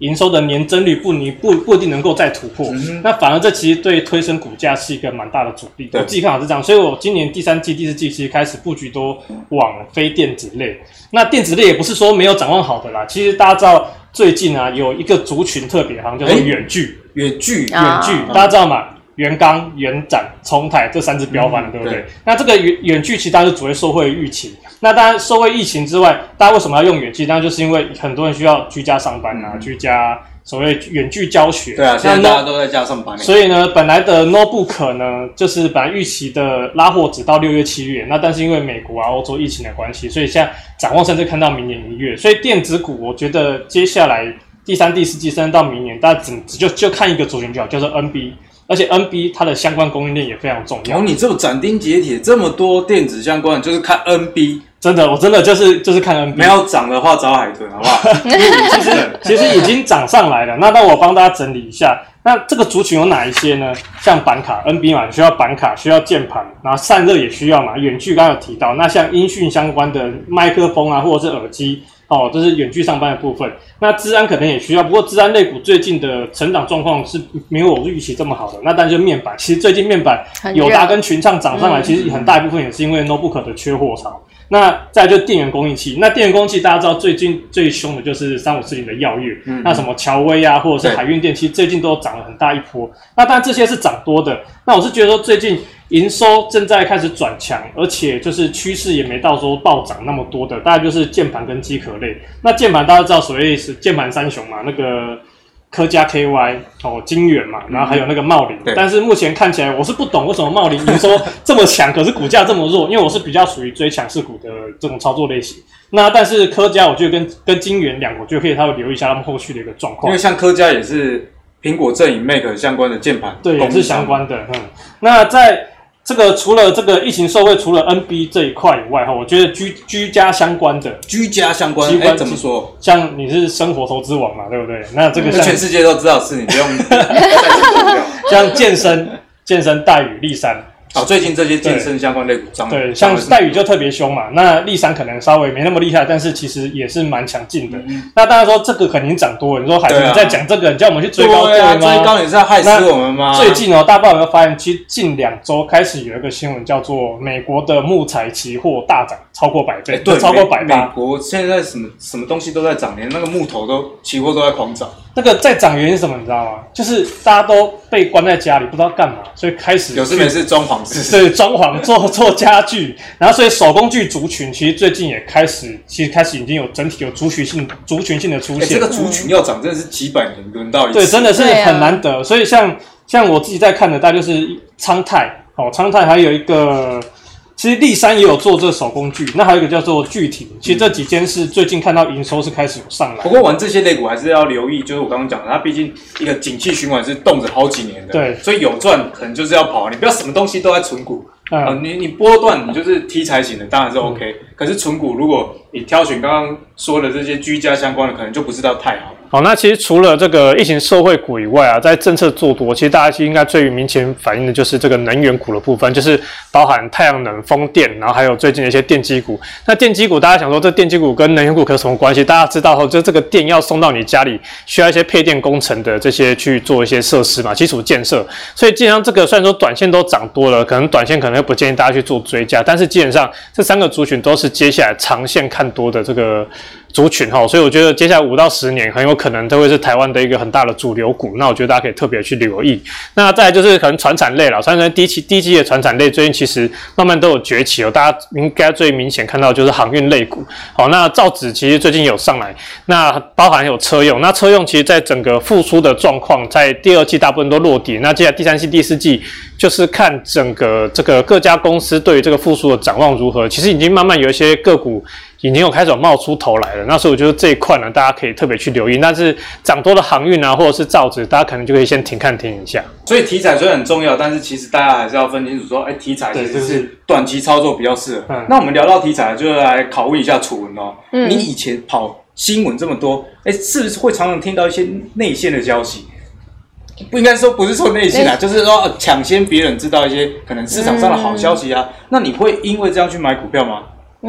营收的年增率不你不不一定能够再突破，嗯、那反而这其实对推升股价是一个蛮大的阻力。我自己看法是这样，所以我今年第三季、第四季其实开始布局都往非电子类。那电子类也不是说没有展望好的啦，其实大家知道最近啊有一个族群特别行叫做远距， 远距， 远距，大家知道吗？元刚、元展、聪泰这三只标翻了，嗯、对不对？对，那这个远远距其实大家就主要受惠于疫情。那当然受惠疫情之外，大家为什么要用远距？当然就是因为很多人需要居家上班啊，嗯、居家所谓远距教学。 对啊，现在大家都在家上班。 所以呢，本来的 notebook 呢，就是本来预期的拉货只到六月、七月，那但是因为美国啊、欧洲疫情的关系，所以现在展望甚至看到明年一月。所以电子股，我觉得接下来第三、第四季甚至到明年，大家只只就就看一个族群就好，叫做 N B。而且 N B 它的相关供应链也非常重要。 哦，你这么斩钉截铁，这么多电子相关的，就是看 N B。 真的，我真的就是就是看 N B。 没有涨的话找海豚，好不好？ 其实其实已经涨上来了。那那我帮大家整理一下，那这个族群有哪一些呢？像板卡 N B 嘛，你需要板卡，需要键盘，然后散热也需要嘛。远距刚刚有提到，那像音讯相关的麦克风啊，或者是耳机。哦，这是远距上班的部分。那资安可能也需要，不过资安类股最近的成长状况是没有我预期这么好的。那但是面板，其实最近面板友达跟群创涨上来，其实很大一部分也是因为 notebook 的缺货潮。那再来就电源供应器，那电源供应器大家知道最近最凶的就是三五四零的耀月，嗯、那什么乔威啊，或者是海运电，其实最近都涨了很大一波。那当然这些是涨多的。那我是觉得说最近营收正在开始转强，而且就是趋势也没到说暴涨那么多的，大概就是键盘跟机壳类。那键盘大家知道所谓是键盘三雄嘛，那个科嘉 K Y 哦，金元嘛，然后还有那个茂林。嗯、但是目前看起来我是不懂为什么茂林营收这么强，可是股价这么弱，因为我是比较属于追强势股的这种操作类型。那但是科嘉我觉得跟跟金元两个，我觉得可以稍微留意一下他们后续的一个状况， 因为像科嘉也是苹果阵营 Mac 相关的键盘， 对，也是相关的。嗯，那在这个除了这个疫情受惠，除了 N B 这一块以外，哈，我觉得居居家相关的， 居家相关，哎，怎么说？ 像你是生活投资王嘛，对不对？那这个像全世界都知道是你，不用像健身、健身戴宇、立山。 哦，最近这些健身相关类股涨， 对，像戴宇就特别凶嘛，那立山可能稍微没那么厉害，但是其实也是蛮强劲的。嗯、那当然说这个肯定涨多了，你说海豚你在讲这个，你叫我们去追高对吗？ 追高你是要害死我们吗？ 最近哦，大家不知道有没有发现，其实近两周开始有一个新闻叫做美国的木材期货大涨超过百倍， 对， 超过百倍。 美国现在什么什么东西都在涨，连那个木头都期货都在狂涨。 那个在涨原因是什么？你知道吗？就是大家都被关在家里，不知道干嘛，所以开始有事没事装潢是是， 对，装潢做做家具，然后所以手工具族群其实最近也开始，其实开始已经有整体有族群性族群性的出现。 欸、这个族群要涨真的是几百年轮到一次， 对，真的是很难得。啊、所以像像我自己在看的，大概就是昌泰哦，昌泰还有一个。其实立山也有做这个手工具，那还有一个叫做巨庭，其实这几间是最近看到营收是开始有上来。 不过玩这些类股还是要留意，就是我刚刚讲的，它毕竟一个景气循环是动着好几年的， 对， 所以有赚可能就是要跑，你不要什么东西都在存股。嗯、呃，你你波段你就是题材型的，当然是 OK、嗯。可是存股，如果你挑选刚刚说的这些居家相关的，可能就不是到太好。 好，那其实除了这个疫情受惠股以外啊，在政策做多，其实大家应该最明显反映的就是这个能源股的部分，就是包含太阳能、风电，然后还有最近的一些电机股。那电机股，大家想说这电机股跟能源股有什么关系？大家知道后，就这个电要送到你家里，需要一些配电工程的这些去做一些设施嘛，基础建设。所以基本上这个虽然说短线都涨多了，可能短线可能又不建议大家去做追加，但是基本上这三个族群都是接下来长线看多的这个族群哈，所以我觉得接下来五到十年很有可能都会是台湾的一个很大的主流股。那我觉得大家可以特别去留意。那再来就是可能传产类了，传产低期低基的传产类最近其实慢慢都有崛起哦，大家应该最明显看到就是航运类股。好，那造纸其实最近有上来，那包含有车用，那车用其实在整个复苏的状况，在第二季大部分都落底，那接下来第三季、第四季就是看整个这个各家公司对于这个复苏的展望如何。其实已经慢慢有一些个股已经有开始有冒出头来了，那所以我觉得这一块呢，大家可以特别去留意。但是涨多的航运啊，或者是造纸，大家可能就可以先停看停一下。 所以题材虽然很重要，但是其实大家还是要分清楚说，哎，题材其实是短期操作比较适合。嗯、那我们聊到题材，就来拷问一下楚文哦。嗯、你以前跑新闻这么多，哎，是不是会常常听到一些内线的消息？不应该说不是说内线啊，就是说抢先别人知道一些可能市场上的好消息啊。嗯、那你会因为这样去买股票吗？ 嗯，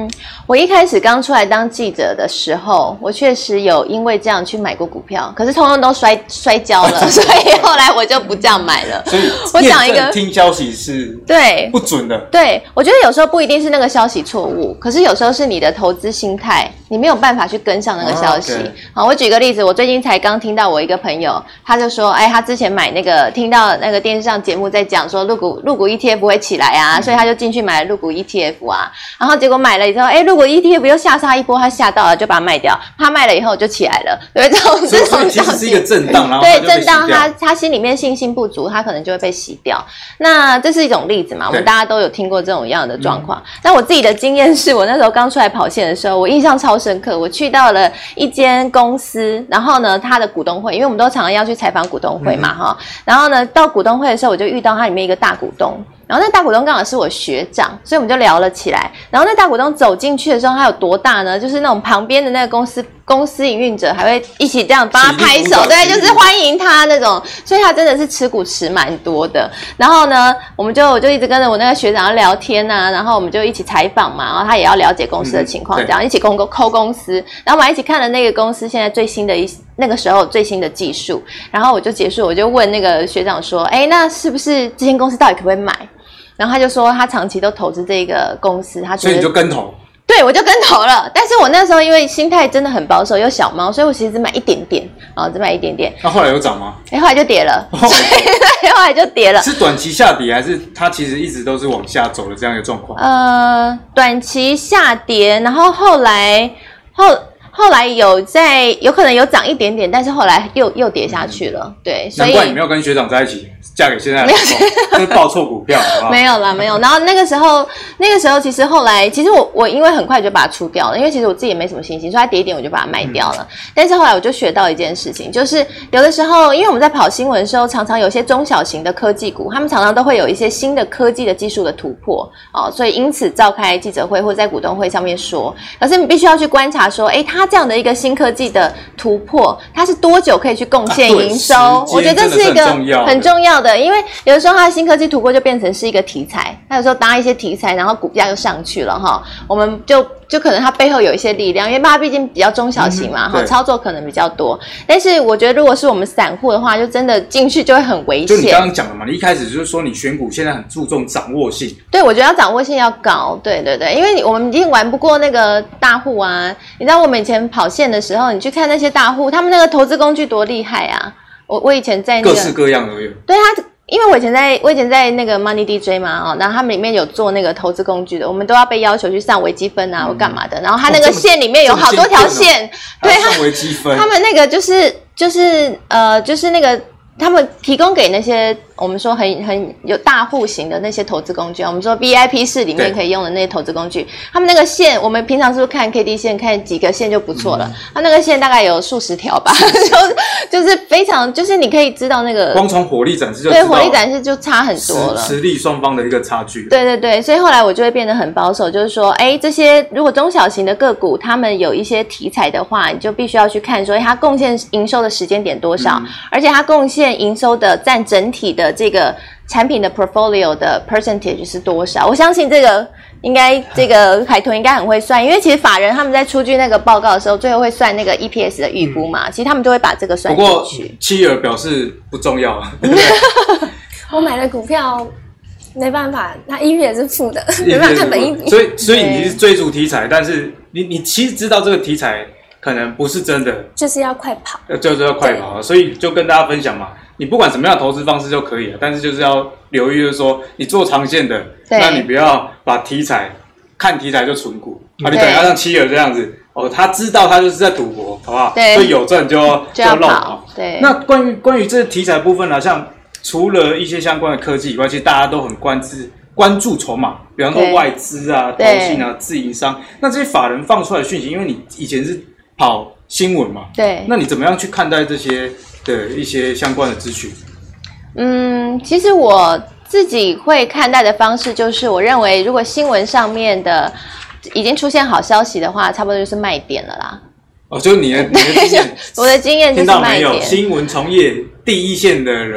嗯，我一开始刚出来当记者的时候，我确实有因为这样去买过股票，可是通通都摔摔跤了，所以后来我就不这样买了。 所以我讲一个听消息是对不准的。 对，我觉得有时候不一定是那个消息错误，可是有时候是你的投资心态，你没有办法去跟上那个消息。 Oh, okay. 好，我举个例子，我最近才刚听到我一个朋友，他就说，哎，他之前买那个听到那个电视上节目在讲说，陆股陆股 E T F 会起来啊，嗯、所以他就进去买了陆股 E T F 啊，然后结果买了以后，哎，陆股 E T F 又下杀一波，他吓到了，就把它卖掉。他卖了以后就起来了，对，这种这种其实是一个震荡，然后对震荡，他他心里面信心不足，他可能就会被洗掉。那这是一种例子嘛，我们大家都有听过这种样的状况。嗯、那我自己的经验是我那时候刚出来跑线的时候，我印象超深刻。我去到了一间公司，然后呢，他的股东会，因为我们都常常要去采访股东会嘛，哈、嗯。然后呢，到股东会的时候，我就遇到他里面一个大股东。然后那大股东刚好是我学长，所以我们就聊了起来。然后那大股东走进去的时候，他有多大呢？就是那种旁边的那个公司公司营运者还会一起这样帮他拍手，对，就是欢迎他那种。所以他真的是持股持蛮多的。然后呢，我们就我就一直跟着我那个学长聊天啊，然后我们就一起采访嘛，然后他也要了解公司的情况，这样、嗯、一起抠抠公司。然后我们还一起看了那个公司现在最新的一那个时候最新的技术。然后我就结束，我就问那个学长说：“哎，那是不是这间公司到底可不可以买？”然后他就说他长期都投资这个公司，他觉得所以你就跟投， 对，我就跟投了。但是我那时候因为心态真的很保守，又小猫，所以我其实只买一点点啊，只买一点点。 那后来有涨吗？ 哎，后来就跌了，哦、后来就跌了。 是短期下跌，还是它其实一直都是往下走的这样一个状况？ 呃，短期下跌，然后后来后。后来有在有可能有涨一点点，但是后来又又跌下去了，对，所以难怪你没有跟学长在一起，嫁给现在的老公，就是报错股票，好不好？ 没有啦，没有。然后那个时候，那个时候其实后来，其实我我因为很快就把它出掉了，因为其实我自己也没什么信心，所以它跌一点我就把它卖掉了。嗯、但是后来我就学到一件事情，就是有的时候，因为我们在跑新闻的时候，常常有些中小型的科技股，他们常常都会有一些新的科技的技术的突破哦，所以因此召开记者会或者在股东会上面说，可是你必须要去观察说，哎，它这样的一个新科技的突破，它是多久可以去贡献营收？啊、我觉得这是一个很重要的，因为有的时候它的新科技突破就变成是一个题材，它有时候搭一些题材，然后股价就上去了哈，我们就。就可能它背后有一些力量，因为它毕竟比较中小型嘛，哈、嗯，操作可能比较多。但是我觉得，如果是我们散户的话，就真的进去就会很危险。 就你刚刚讲的嘛，你一开始就是说你选股现在很注重掌握性。 对，我觉得要掌握性要高，对对对，因为我们已经玩不过那个大户啊。你知道我们以前跑线的时候，你去看那些大户，他们那个投资工具多厉害啊！我我以前在、那个、 各式各样都有。 对他。因为我以前在，我以前在那个 Money D J 嘛，哦，然后他们里面有做那个投资工具的，我们都要被要求去上微积分啊，或干嘛的。然后他那个线里面有好多条线， 对，上微积分。 他们那个就是就是呃就是那个他们提供给那些我们说很很有大户型的那些投资工具啊，我们说 V I P 室里面可以用的那些投资工具，他们那个线，我们平常是不是看 K D 线看几个线就不错了？它、嗯、那个线大概有数十条吧，就就是非常，就是你可以知道那个光从火力展示就知道对火力展示就差很多了， 实力双方的一个差距。 对对对，所以后来我就会变得很保守，就是说，哎，这些如果中小型的个股，他们有一些题材的话，你就必须要去看说，它贡献营收的时间点多少，嗯、而且它贡献营收的占整体的这个。产品的 portfolio 的 percentage 是多少？我相信这个应该这个海豚应该很会算，因为其实法人他们在出具那个报告的时候，最后会算那个 E P S 的预估嘛，嗯、其实他们就会把这个算进去。不过妻儿表示不重要，对不对？ 我买的股票没办法，它 E P S 是负的，没办法看本益比。 所以所以你是追逐题材，但是你你其实知道这个题材可能不是真的， 就是要快跑， 就是要快跑，所以就跟大家分享嘛。你不管什么样的投资方式就可以了，但是就是要留意，就是说你做长线的，那你不要把题材看题材就存股啊，你可能要像妻儿这样子哦，他知道他就是在赌博，好不好？ 对， 所以有赚就就要漏跑。 对， 那关于关于这题材部分呢、啊，像除了一些相关的科技以外，其实大家都很关注关注筹码，比方说外资啊、投信啊、自营商，那这些法人放出来的讯息，因为你以前是跑新闻嘛， 对， 那你怎么样去看待这些的一些相关的资讯？ 嗯，其实我自己会看待的方式就是，我认为如果新闻上面的已经出现好消息的话，差不多就是卖点了啦。 哦，就是你的你的经验， 我的经验就是卖点。 听到没有？新闻从业第一线的人，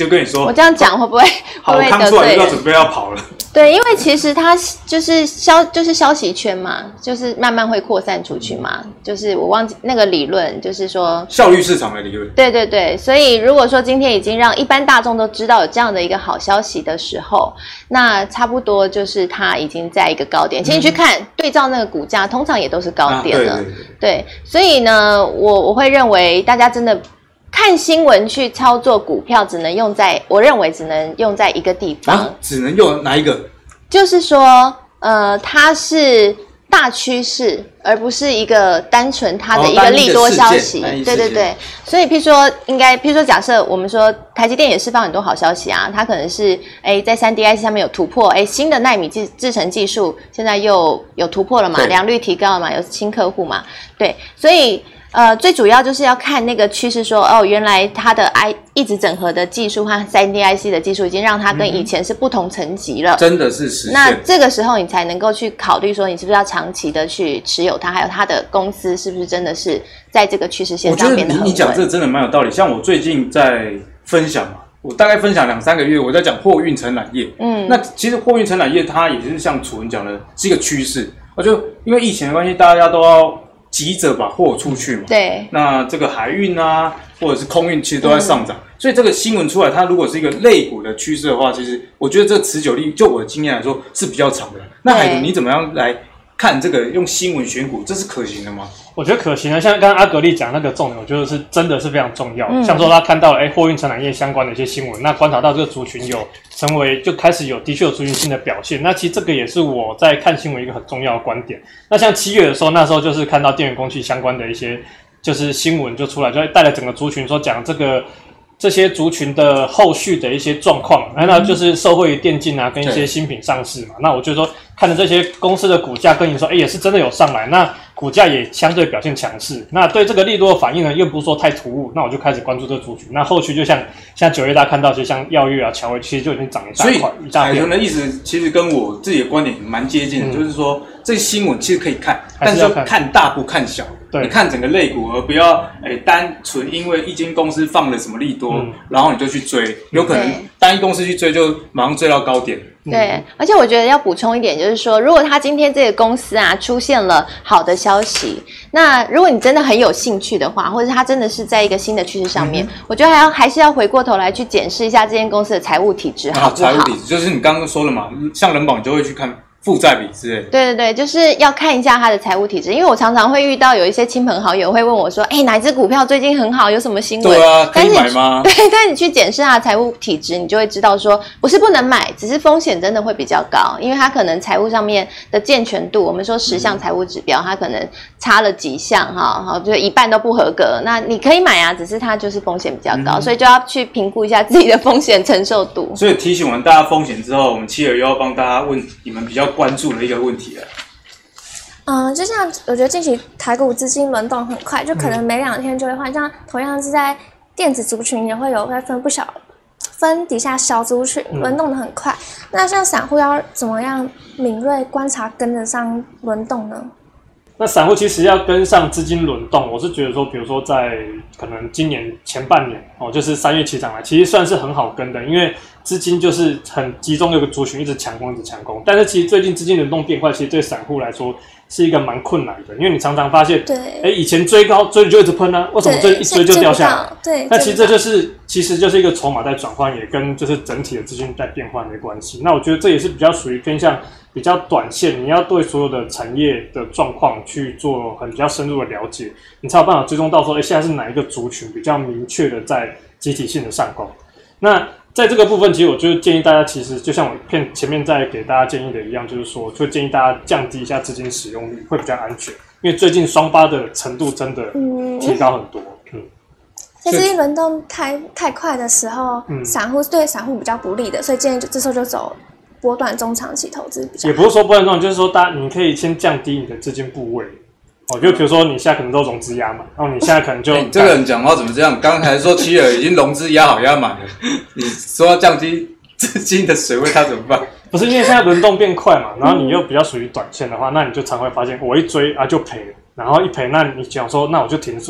就跟你说， 我这样讲会不会好会不会康出来就要得罪人？ 准备要跑了。 对，因为其实它就是消就是消息圈嘛，就是慢慢会扩散出去嘛。就是我忘记那个理论，就是说效率市场的理论。 对对对，所以如果说今天已经让一般大众都知道有这样的一个好消息的时候，那差不多就是它已经在一个高点。其实你去看、嗯、对照那个股价，通常也都是高点了。啊、对, 对, 对, 对，所以呢，我我会认为大家真的看新闻去操作股票，只能用在我认为只能用在一个地方。 啊、只能用哪一个？ 就是说，呃，它是大趋势，而不是一个单纯它的一个利多消息。哦、对对对，所以譬如说，应该譬如说，假设我们说台积电也释放很多好消息啊，它可能是哎在 三 D I C 上面有突破，哎新的奈米制制程技术现在又有突破了嘛，良率提高了嘛，有新客户嘛，对，所以。呃，最主要就是要看那个趋势说，哦，原来它的 I 一直整合的技术和 三 D I C 的技术已经让它跟以前是不同层级了，嗯、 真的是实现。 那这个时候你才能够去考虑说，你是不是要长期的去持有它，还有它的公司是不是真的是在这个趋势线上变得很稳。 我觉得你你讲这个真的蛮有道理。像我最近在分享嘛，我大概分享两三个月，我在讲货运承揽业。嗯，那其实货运承揽业它也是像楚文讲的，是一个趋势。我就因为疫情的关系，大家都要急着把货出去嘛， 对， 那这个海运啊，或者是空运，其实都在上涨、嗯，所以这个新闻出来，它如果是一个类股的趋势的话，其实我觉得这个持久力，就我的经验来说是比较长的。那海豚，你怎么样来看这个用新闻选股，这是可行的吗？ 我觉得可行的，像刚刚阿格力讲那个重点，我觉得是真的是非常重要。嗯、像说他看到了哎货运承揽业相关的一些新闻，那观察到这个族群有成为就开始有的确有族群性的表现。那其实这个也是我在看新闻一个很重要的观点。那像七月的时候，那时候就是看到电源供气相关的一些就是新闻就出来，就带了整个族群说讲这个。这些族群的后续的一些状况，那就是受惠于电竞啊，跟一些新品上市嘛。那我就说，看着这些公司的股价跟你说，哎、欸，也是真的有上来，那股价也相对表现强势。那对这个利多的反应呢，又不是说太突兀，那我就开始关注这个族群。那后续就像像九月大家看到，其实像耀月啊、乔威，其实就已经涨一大块。所以海豚的意思其实跟我自己的观点蛮接近的，嗯、就是说这新闻其实可以看，但是要看大不看小。你看整个类股，而不要诶、欸、单纯因为一间公司放了什么利多、嗯，然后你就去追，有可能单一公司去追就马上追到高点。 对，嗯、而且我觉得要补充一点，就是说，如果他今天这个公司啊出现了好的消息，那如果你真的很有兴趣的话，或者是他真的是在一个新的趋势上面，嗯、我觉得还要还是要回过头来去检视一下这间公司的财务体质好不好？财、啊、务体质就是你刚刚说了嘛，像人保你就会去看。负债比之类的， 对对对，就是要看一下它的财务体质，因为我常常会遇到有一些亲朋好友会问我说：“哎、欸，哪只股票最近很好，有什么新闻？” 对啊，可以买吗？ 对，但是你去检视它的财务体质，你就会知道说，不是不能买，只是风险真的会比较高，因为它可能财务上面的健全度，我们说十项财务指标，它可能差了几项哈，好，就一半都不合格。那你可以买啊，只是它就是风险比较高，嗯、所以就要去评估一下自己的风险承受度。 所以提醒完大家风险之后，我们七儿又要帮大家问你们比较关注的一个问题了。 嗯，就像我觉得近期台股资金轮动很快，就可能每两天就会换。嗯、像同样是在电子族群也会有会分不小，分底下小族群轮动的很快。嗯、那像散户要怎么样敏锐观察跟得上轮动呢？ 那散户其实要跟上资金轮动，我是觉得说，比如说在可能今年前半年哦，就是三月起涨来，其实算是很好跟的，因为资金就是很集中，有个族群一直强攻，一直强攻。但是其实最近资金轮动变快，其实对散户来说是一个蛮困难的，因为你常常发现， 对， 哎，以前追高追就一直喷啊，为什么追一追就掉下来？ 对， 那其实这就是其实就是一个筹码在转换，也跟就是整体的资金在变换的关系。那我觉得这也是比较属于偏向比较短线，你要对所有的产业的状况去做很比较深入的了解，你才有办法追踪到说，哎，现在是哪一个族群比较明确的在集体性的上攻。那在这个部分，其实我就建议大家，其实就像我片前面在给大家建议的一样，就是说，就建议大家降低一下资金使用率，会比较安全。因为最近双八的程度真的提高很多。嗯， 在资金轮动太太快的时候，嗯、散户对散户比较不利的，所以建议就这时候就走波段中长期投资比较好。 也不是说波段中长，就是说，大家你可以先降低你的资金部位。哦，就比如说你现在可能都融资压满，然后你现在可能就、 欸、这个人讲话怎么这样？刚才说七儿已经融资压好压满了，你说要降低资金的水位，他怎么办？ 不是因为现在轮动变快嘛，然后你又比较属于短线的话，那你就常会发现我一追啊就赔了，然后一赔，那你讲说那我就停损，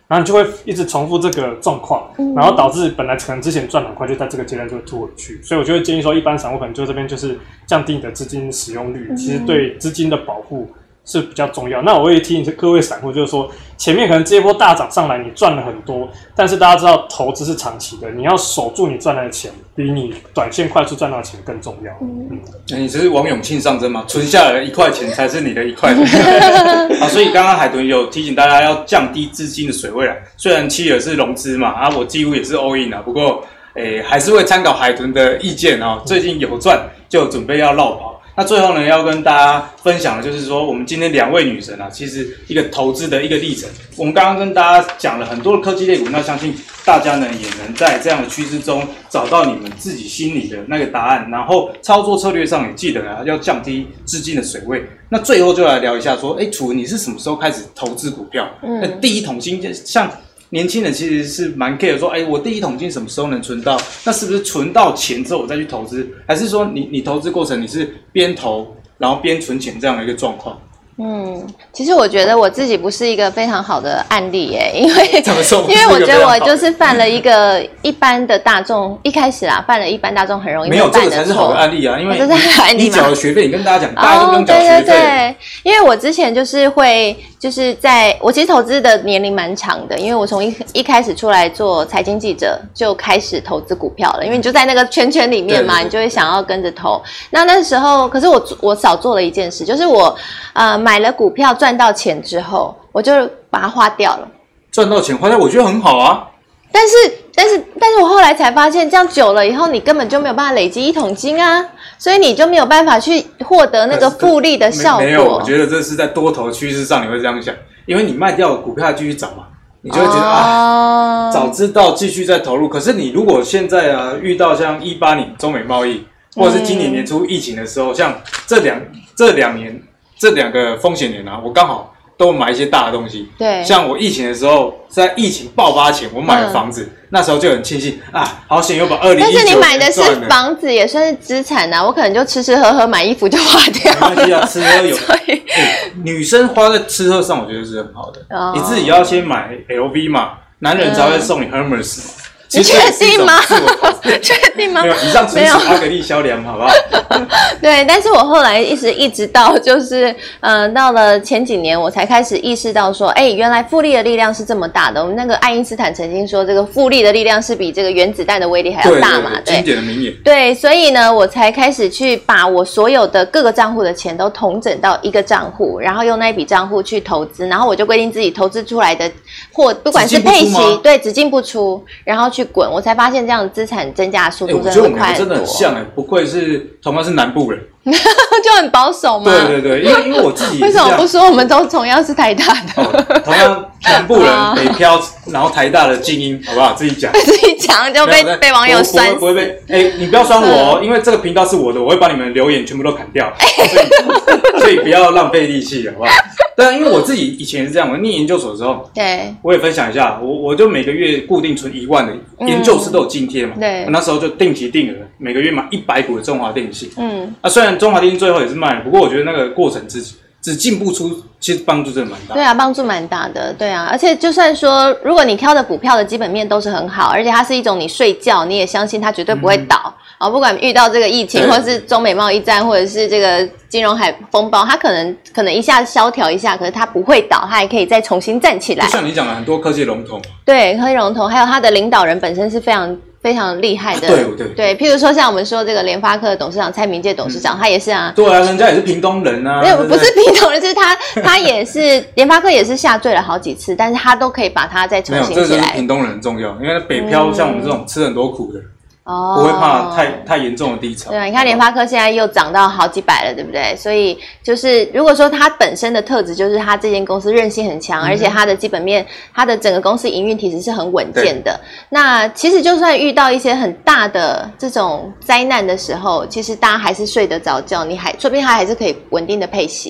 然后你就会一直重复这个状况，然后导致本来可能之前赚很快，就在这个阶段就会吐回去。所以我就会建议说，一般散户可能就这边就是降低你的资金使用率，其实对资金的保护是比较重要。那我会提醒各位散户，就是说前面可能这一波大涨上来，你赚了很多，但是大家知道投资是长期的，你要守住你赚来的钱，比你短线快速赚到的钱更重要。嗯， 嗯你这是王永庆上身嘛？存下来的一块钱才是你的一块钱。啊，所以刚刚海豚有提醒大家要降低资金的水位啦。虽然七尔是融资嘛，啊，我几乎也是 all in 啊，不过诶还是会参考海豚的意见哦。最近有赚就准备要绕跑。那最后呢，要跟大家分享的就是说，我们今天两位女神啊，其实一个投资的一个历程。我们刚刚跟大家讲了很多的科技类股，那相信大家呢也能在这样的趋势中找到你们自己心里的那个答案。然后操作策略上也记得呢要降低资金的水位。那最后就来聊一下说，哎，楚你是什么时候开始投资股票？嗯，那第一桶金像。年轻人其实是蛮 care 说，哎，我第一桶金什么时候能存到？那是不是存到钱之后我再去投资？还是说你你投资过程你是边投然后边存钱这样的一个状况？ 嗯，其实我觉得我自己不是一个非常好的案例耶，因为怎么说？ 因为我觉得我就是犯了一个一般的大众，一开始啊犯了一般大众很容易没有这个才是好的案例啊，因为你缴了学费，你跟大家讲，大家都不用缴学费。 哦，对对对，因为我之前就是会就是在我其实投资的年龄蛮长的，因为我从一一开始出来做财经记者就开始投资股票了，因为你就在那个圈圈里面嘛，对对对，你就会想要跟着投。那那时候，可是我我少做了一件事，就是我呃买了股票赚到钱之后，我就把它花掉了。 赚到钱花掉，我觉得很好啊。 但是但是但是我后来才发现，这样久了以后，你根本就没有办法累积一桶金啊，所以你就没有办法去获得那个复利的效果。 没有，我觉得这是在多头趋势上你会这样想，因为你卖掉股票继续涨嘛，你就会觉得、哦、啊，早知道继续再投入。可是你如果现在啊遇到像一八年中美贸易，或者是今年年初疫情的时候，嗯、像这两这两年这两个风险年啊，我刚好都买一些大的东西。 对， 像我疫情的时候，在疫情爆发前，我买了房子，嗯、那时候就很庆幸啊，好险又把二零一九年赚了。但是你买的是房子，也算是资产啊，我可能就吃吃喝喝买衣服就花掉了。 没关系啊，吃喝有。欸、女生花在吃喝上，我觉得是很好的。哦、你自己要先买 L V 嘛，男人才会送你 Hermes 嘛。 你确定吗？确定吗？ 没有，以上纯属阿格力销量，好不好？ 对，但是我后来一直一直到就是，呃，到了前几年，我才开始意识到说，哎，原来复利的力量是这么大的。我们那个爱因斯坦曾经说，这个复利的力量是比这个原子弹的威力还要大嘛？ 对，经典的名言。 对，所以呢，我才开始去把我所有的各个账户的钱都统整到一个账户，然后用那一笔账户去投资，然后我就规定自己投资出来的或不管是配息，对，只进不出，然后去滚，我才发现这样的资产增加的速度真的会快很多。 真的很像哎，不愧是同样是南部人， 就很保守嘛。 对对对，因为因为我自己为什么不说我们都同样是台大的？ 哦、同样南部人北漂，然后台大的精英，好不好？自己讲， 自己讲就被被网友酸死。 不会被哎、欸，你不要酸我哦，因为这个频道是我的，我会把你们的留言全部都砍掉，所以所以不要浪费力气，好不好？对啊，因为我自己以前是这样，我念研究所的时候， 对， 我也分享一下，我我就每个月固定存一万的，研究室都有津贴嘛， 嗯、对， 我那时候就定期定额，每个月买一百股的中华电信， 嗯， 啊，虽然中华电信最后也是卖了，不过我觉得那个过程只只进不出，其实帮助真的蛮大。 对啊，帮助蛮大的，对啊，而且就算说，如果你挑的股票的基本面都是很好，而且它是一种你睡觉你也相信它绝对不会倒。嗯哦，不管遇到这个疫情，或是中美贸易战，或者是这个金融海风暴，它可能可能一下萧条一下，可是它不会倒，它还可以再重新站起来。 就像你讲的，很多科技龙头， 对，科技龙头，还有它的领导人本身是非常非常厉害的。 啊、对对对，譬如说像我们说这个联发科的董事长蔡明介董事长，嗯、他也是啊。 对啊，人家也是屏东人啊。 没有，不是屏东人，是他他也是联发科也是下坠了好几次，但是他都可以把它再重新起来。 没有，这就是屏东人很重要，因为北漂像我们这种吃很多苦的。嗯哦， 不会怕太太严重的低潮。 对啊，你看联发科现在又涨到好几百了，对不对？所以就是如果说它本身的特质就是它这间公司韧性很强，嗯、而且它的基本面、它的整个公司营运体质是很稳健的。那其实就算遇到一些很大的这种灾难的时候，其实大家还是睡得着觉，你还说不定它还是可以稳定的配息。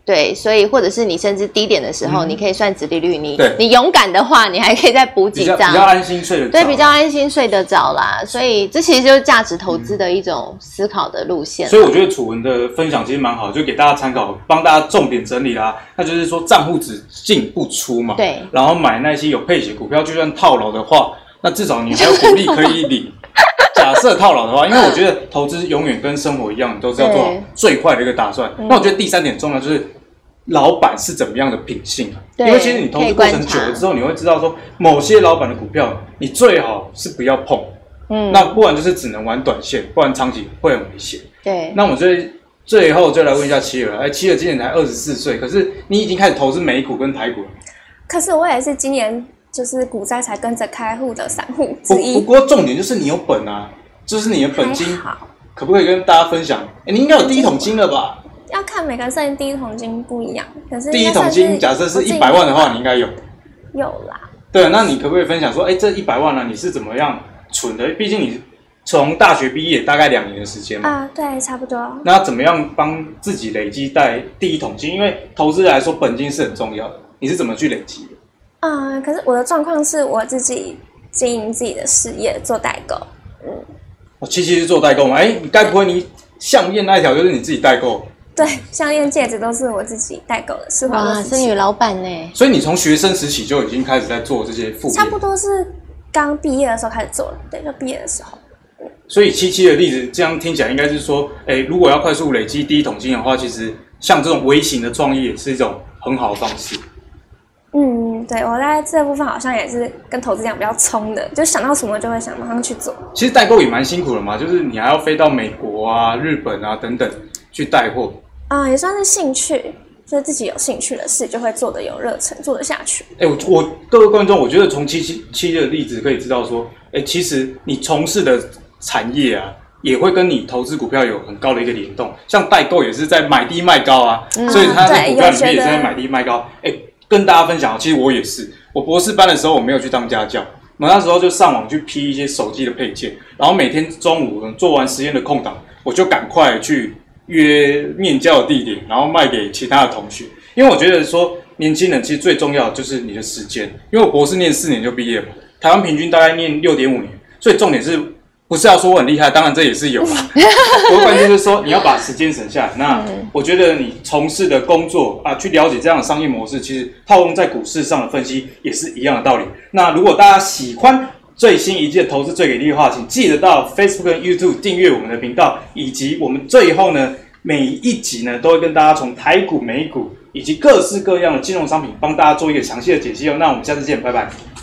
对，所以或者是你甚至低点的时候，嗯、你可以算殖利率，你对你勇敢的话，你还可以再补几张， 比较安心睡得着， 对，比较安心睡得着啦。所以这其实就是价值投资的一种思考的路线、嗯。 所以我觉得楚文的分享其实蛮好，就给大家参考，帮大家重点整理啦。那就是说账户只进不出嘛， 对， 然后买那些有配息股票，就算套牢的话，那至少你还有股利可以领。假设套牢的话，因为我觉得投资永远跟生活一样，你都是要做好最坏的一个打算。那我觉得第三点重要就是老板是怎么样的品性啊？因为其实你投资过程久了之后，你会知道说某些老板的股票，你最好是不要碰。嗯，那不然就是只能玩短线，不然长期会很危险。 对， 那我最最后就来问一下七儿，哎，七儿今年才二十四岁，可是你已经开始投资美股跟台股了。 可是我也是今年。就是股灾才跟着开户的散户之一。 不过重点就是你有本啊，就是你的本金，可不可以跟大家分享？哎，你应该有第一桶金了吧？ 要看每个人设定第一桶金不一样，可是第一桶金假设是一百万的话，你应该有。 有啦。 对，那你可不可以分享说，哎，这一百万呢，你是怎么样存的？毕竟你从大学毕业大概两年的时间嘛。 啊，对，差不多。 那怎么样帮自己累积带第一桶金？因为投资来说，本金是很重要的。你是怎么去累积的？ 啊、呃，可是我的状况是我自己经营自己的事业，做代购。嗯， 哦，七七是做代购吗？哎，你该不会你项链那一条就是你自己代购？ 对，项链、戒指都是我自己代购的，是哇，是女老板呢。 所以你从学生时期就已经开始在做这些副业？ 差不多是刚毕业的时候开始做了，对，就毕业的时候。 所以七七的例子，这样听起来应该是说，哎，如果要快速累积第一桶金的话，其实像这种微型的创业也是一种很好的方式。 嗯，对，我在这部分好像也是跟投资一样比较冲的，就想到什么就会想马上去做。 其实代购也蛮辛苦的嘛，就是你还要飞到美国啊、日本啊等等去带货。 啊、呃，也算是兴趣，就是自己有兴趣的事就会做得有热忱，做得下去。 哎、欸，我我各位观众，我觉得从七七七的例子可以知道说，哎、欸，其实你从事的产业啊，也会跟你投资股票有很高的一个联动。像代购也是在买低卖高啊，嗯、所以他在股票里面也是在买低卖高。哎、欸。跟大家分享，其实我也是。我博士班的时候，我没有去当家教，我那时候就上网去批一些手机的配件，然后每天中午做完实验的空档，我就赶快去约面交的地点，然后卖给其他的同学。因为我觉得说，年轻人其实最重要的就是你的时间。因为我博士念四年就毕业嘛，台湾平均大概念六点五年，所以重点是。不是要说我很厉害，当然这也是有啦。我的关键就是说，你要把时间省下来。那我觉得你从事的工作啊，去了解这样的商业模式，其实套用在股市上的分析也是一样的道理。那如果大家喜欢最新一季的投资最给力的话，请记得到 Facebook 跟 YouTube 订阅我们的频道，以及我们最后呢每一集呢都会跟大家从台股、美股以及各式各样的金融商品帮大家做一个详细的解析哦。那我们下次见，拜拜。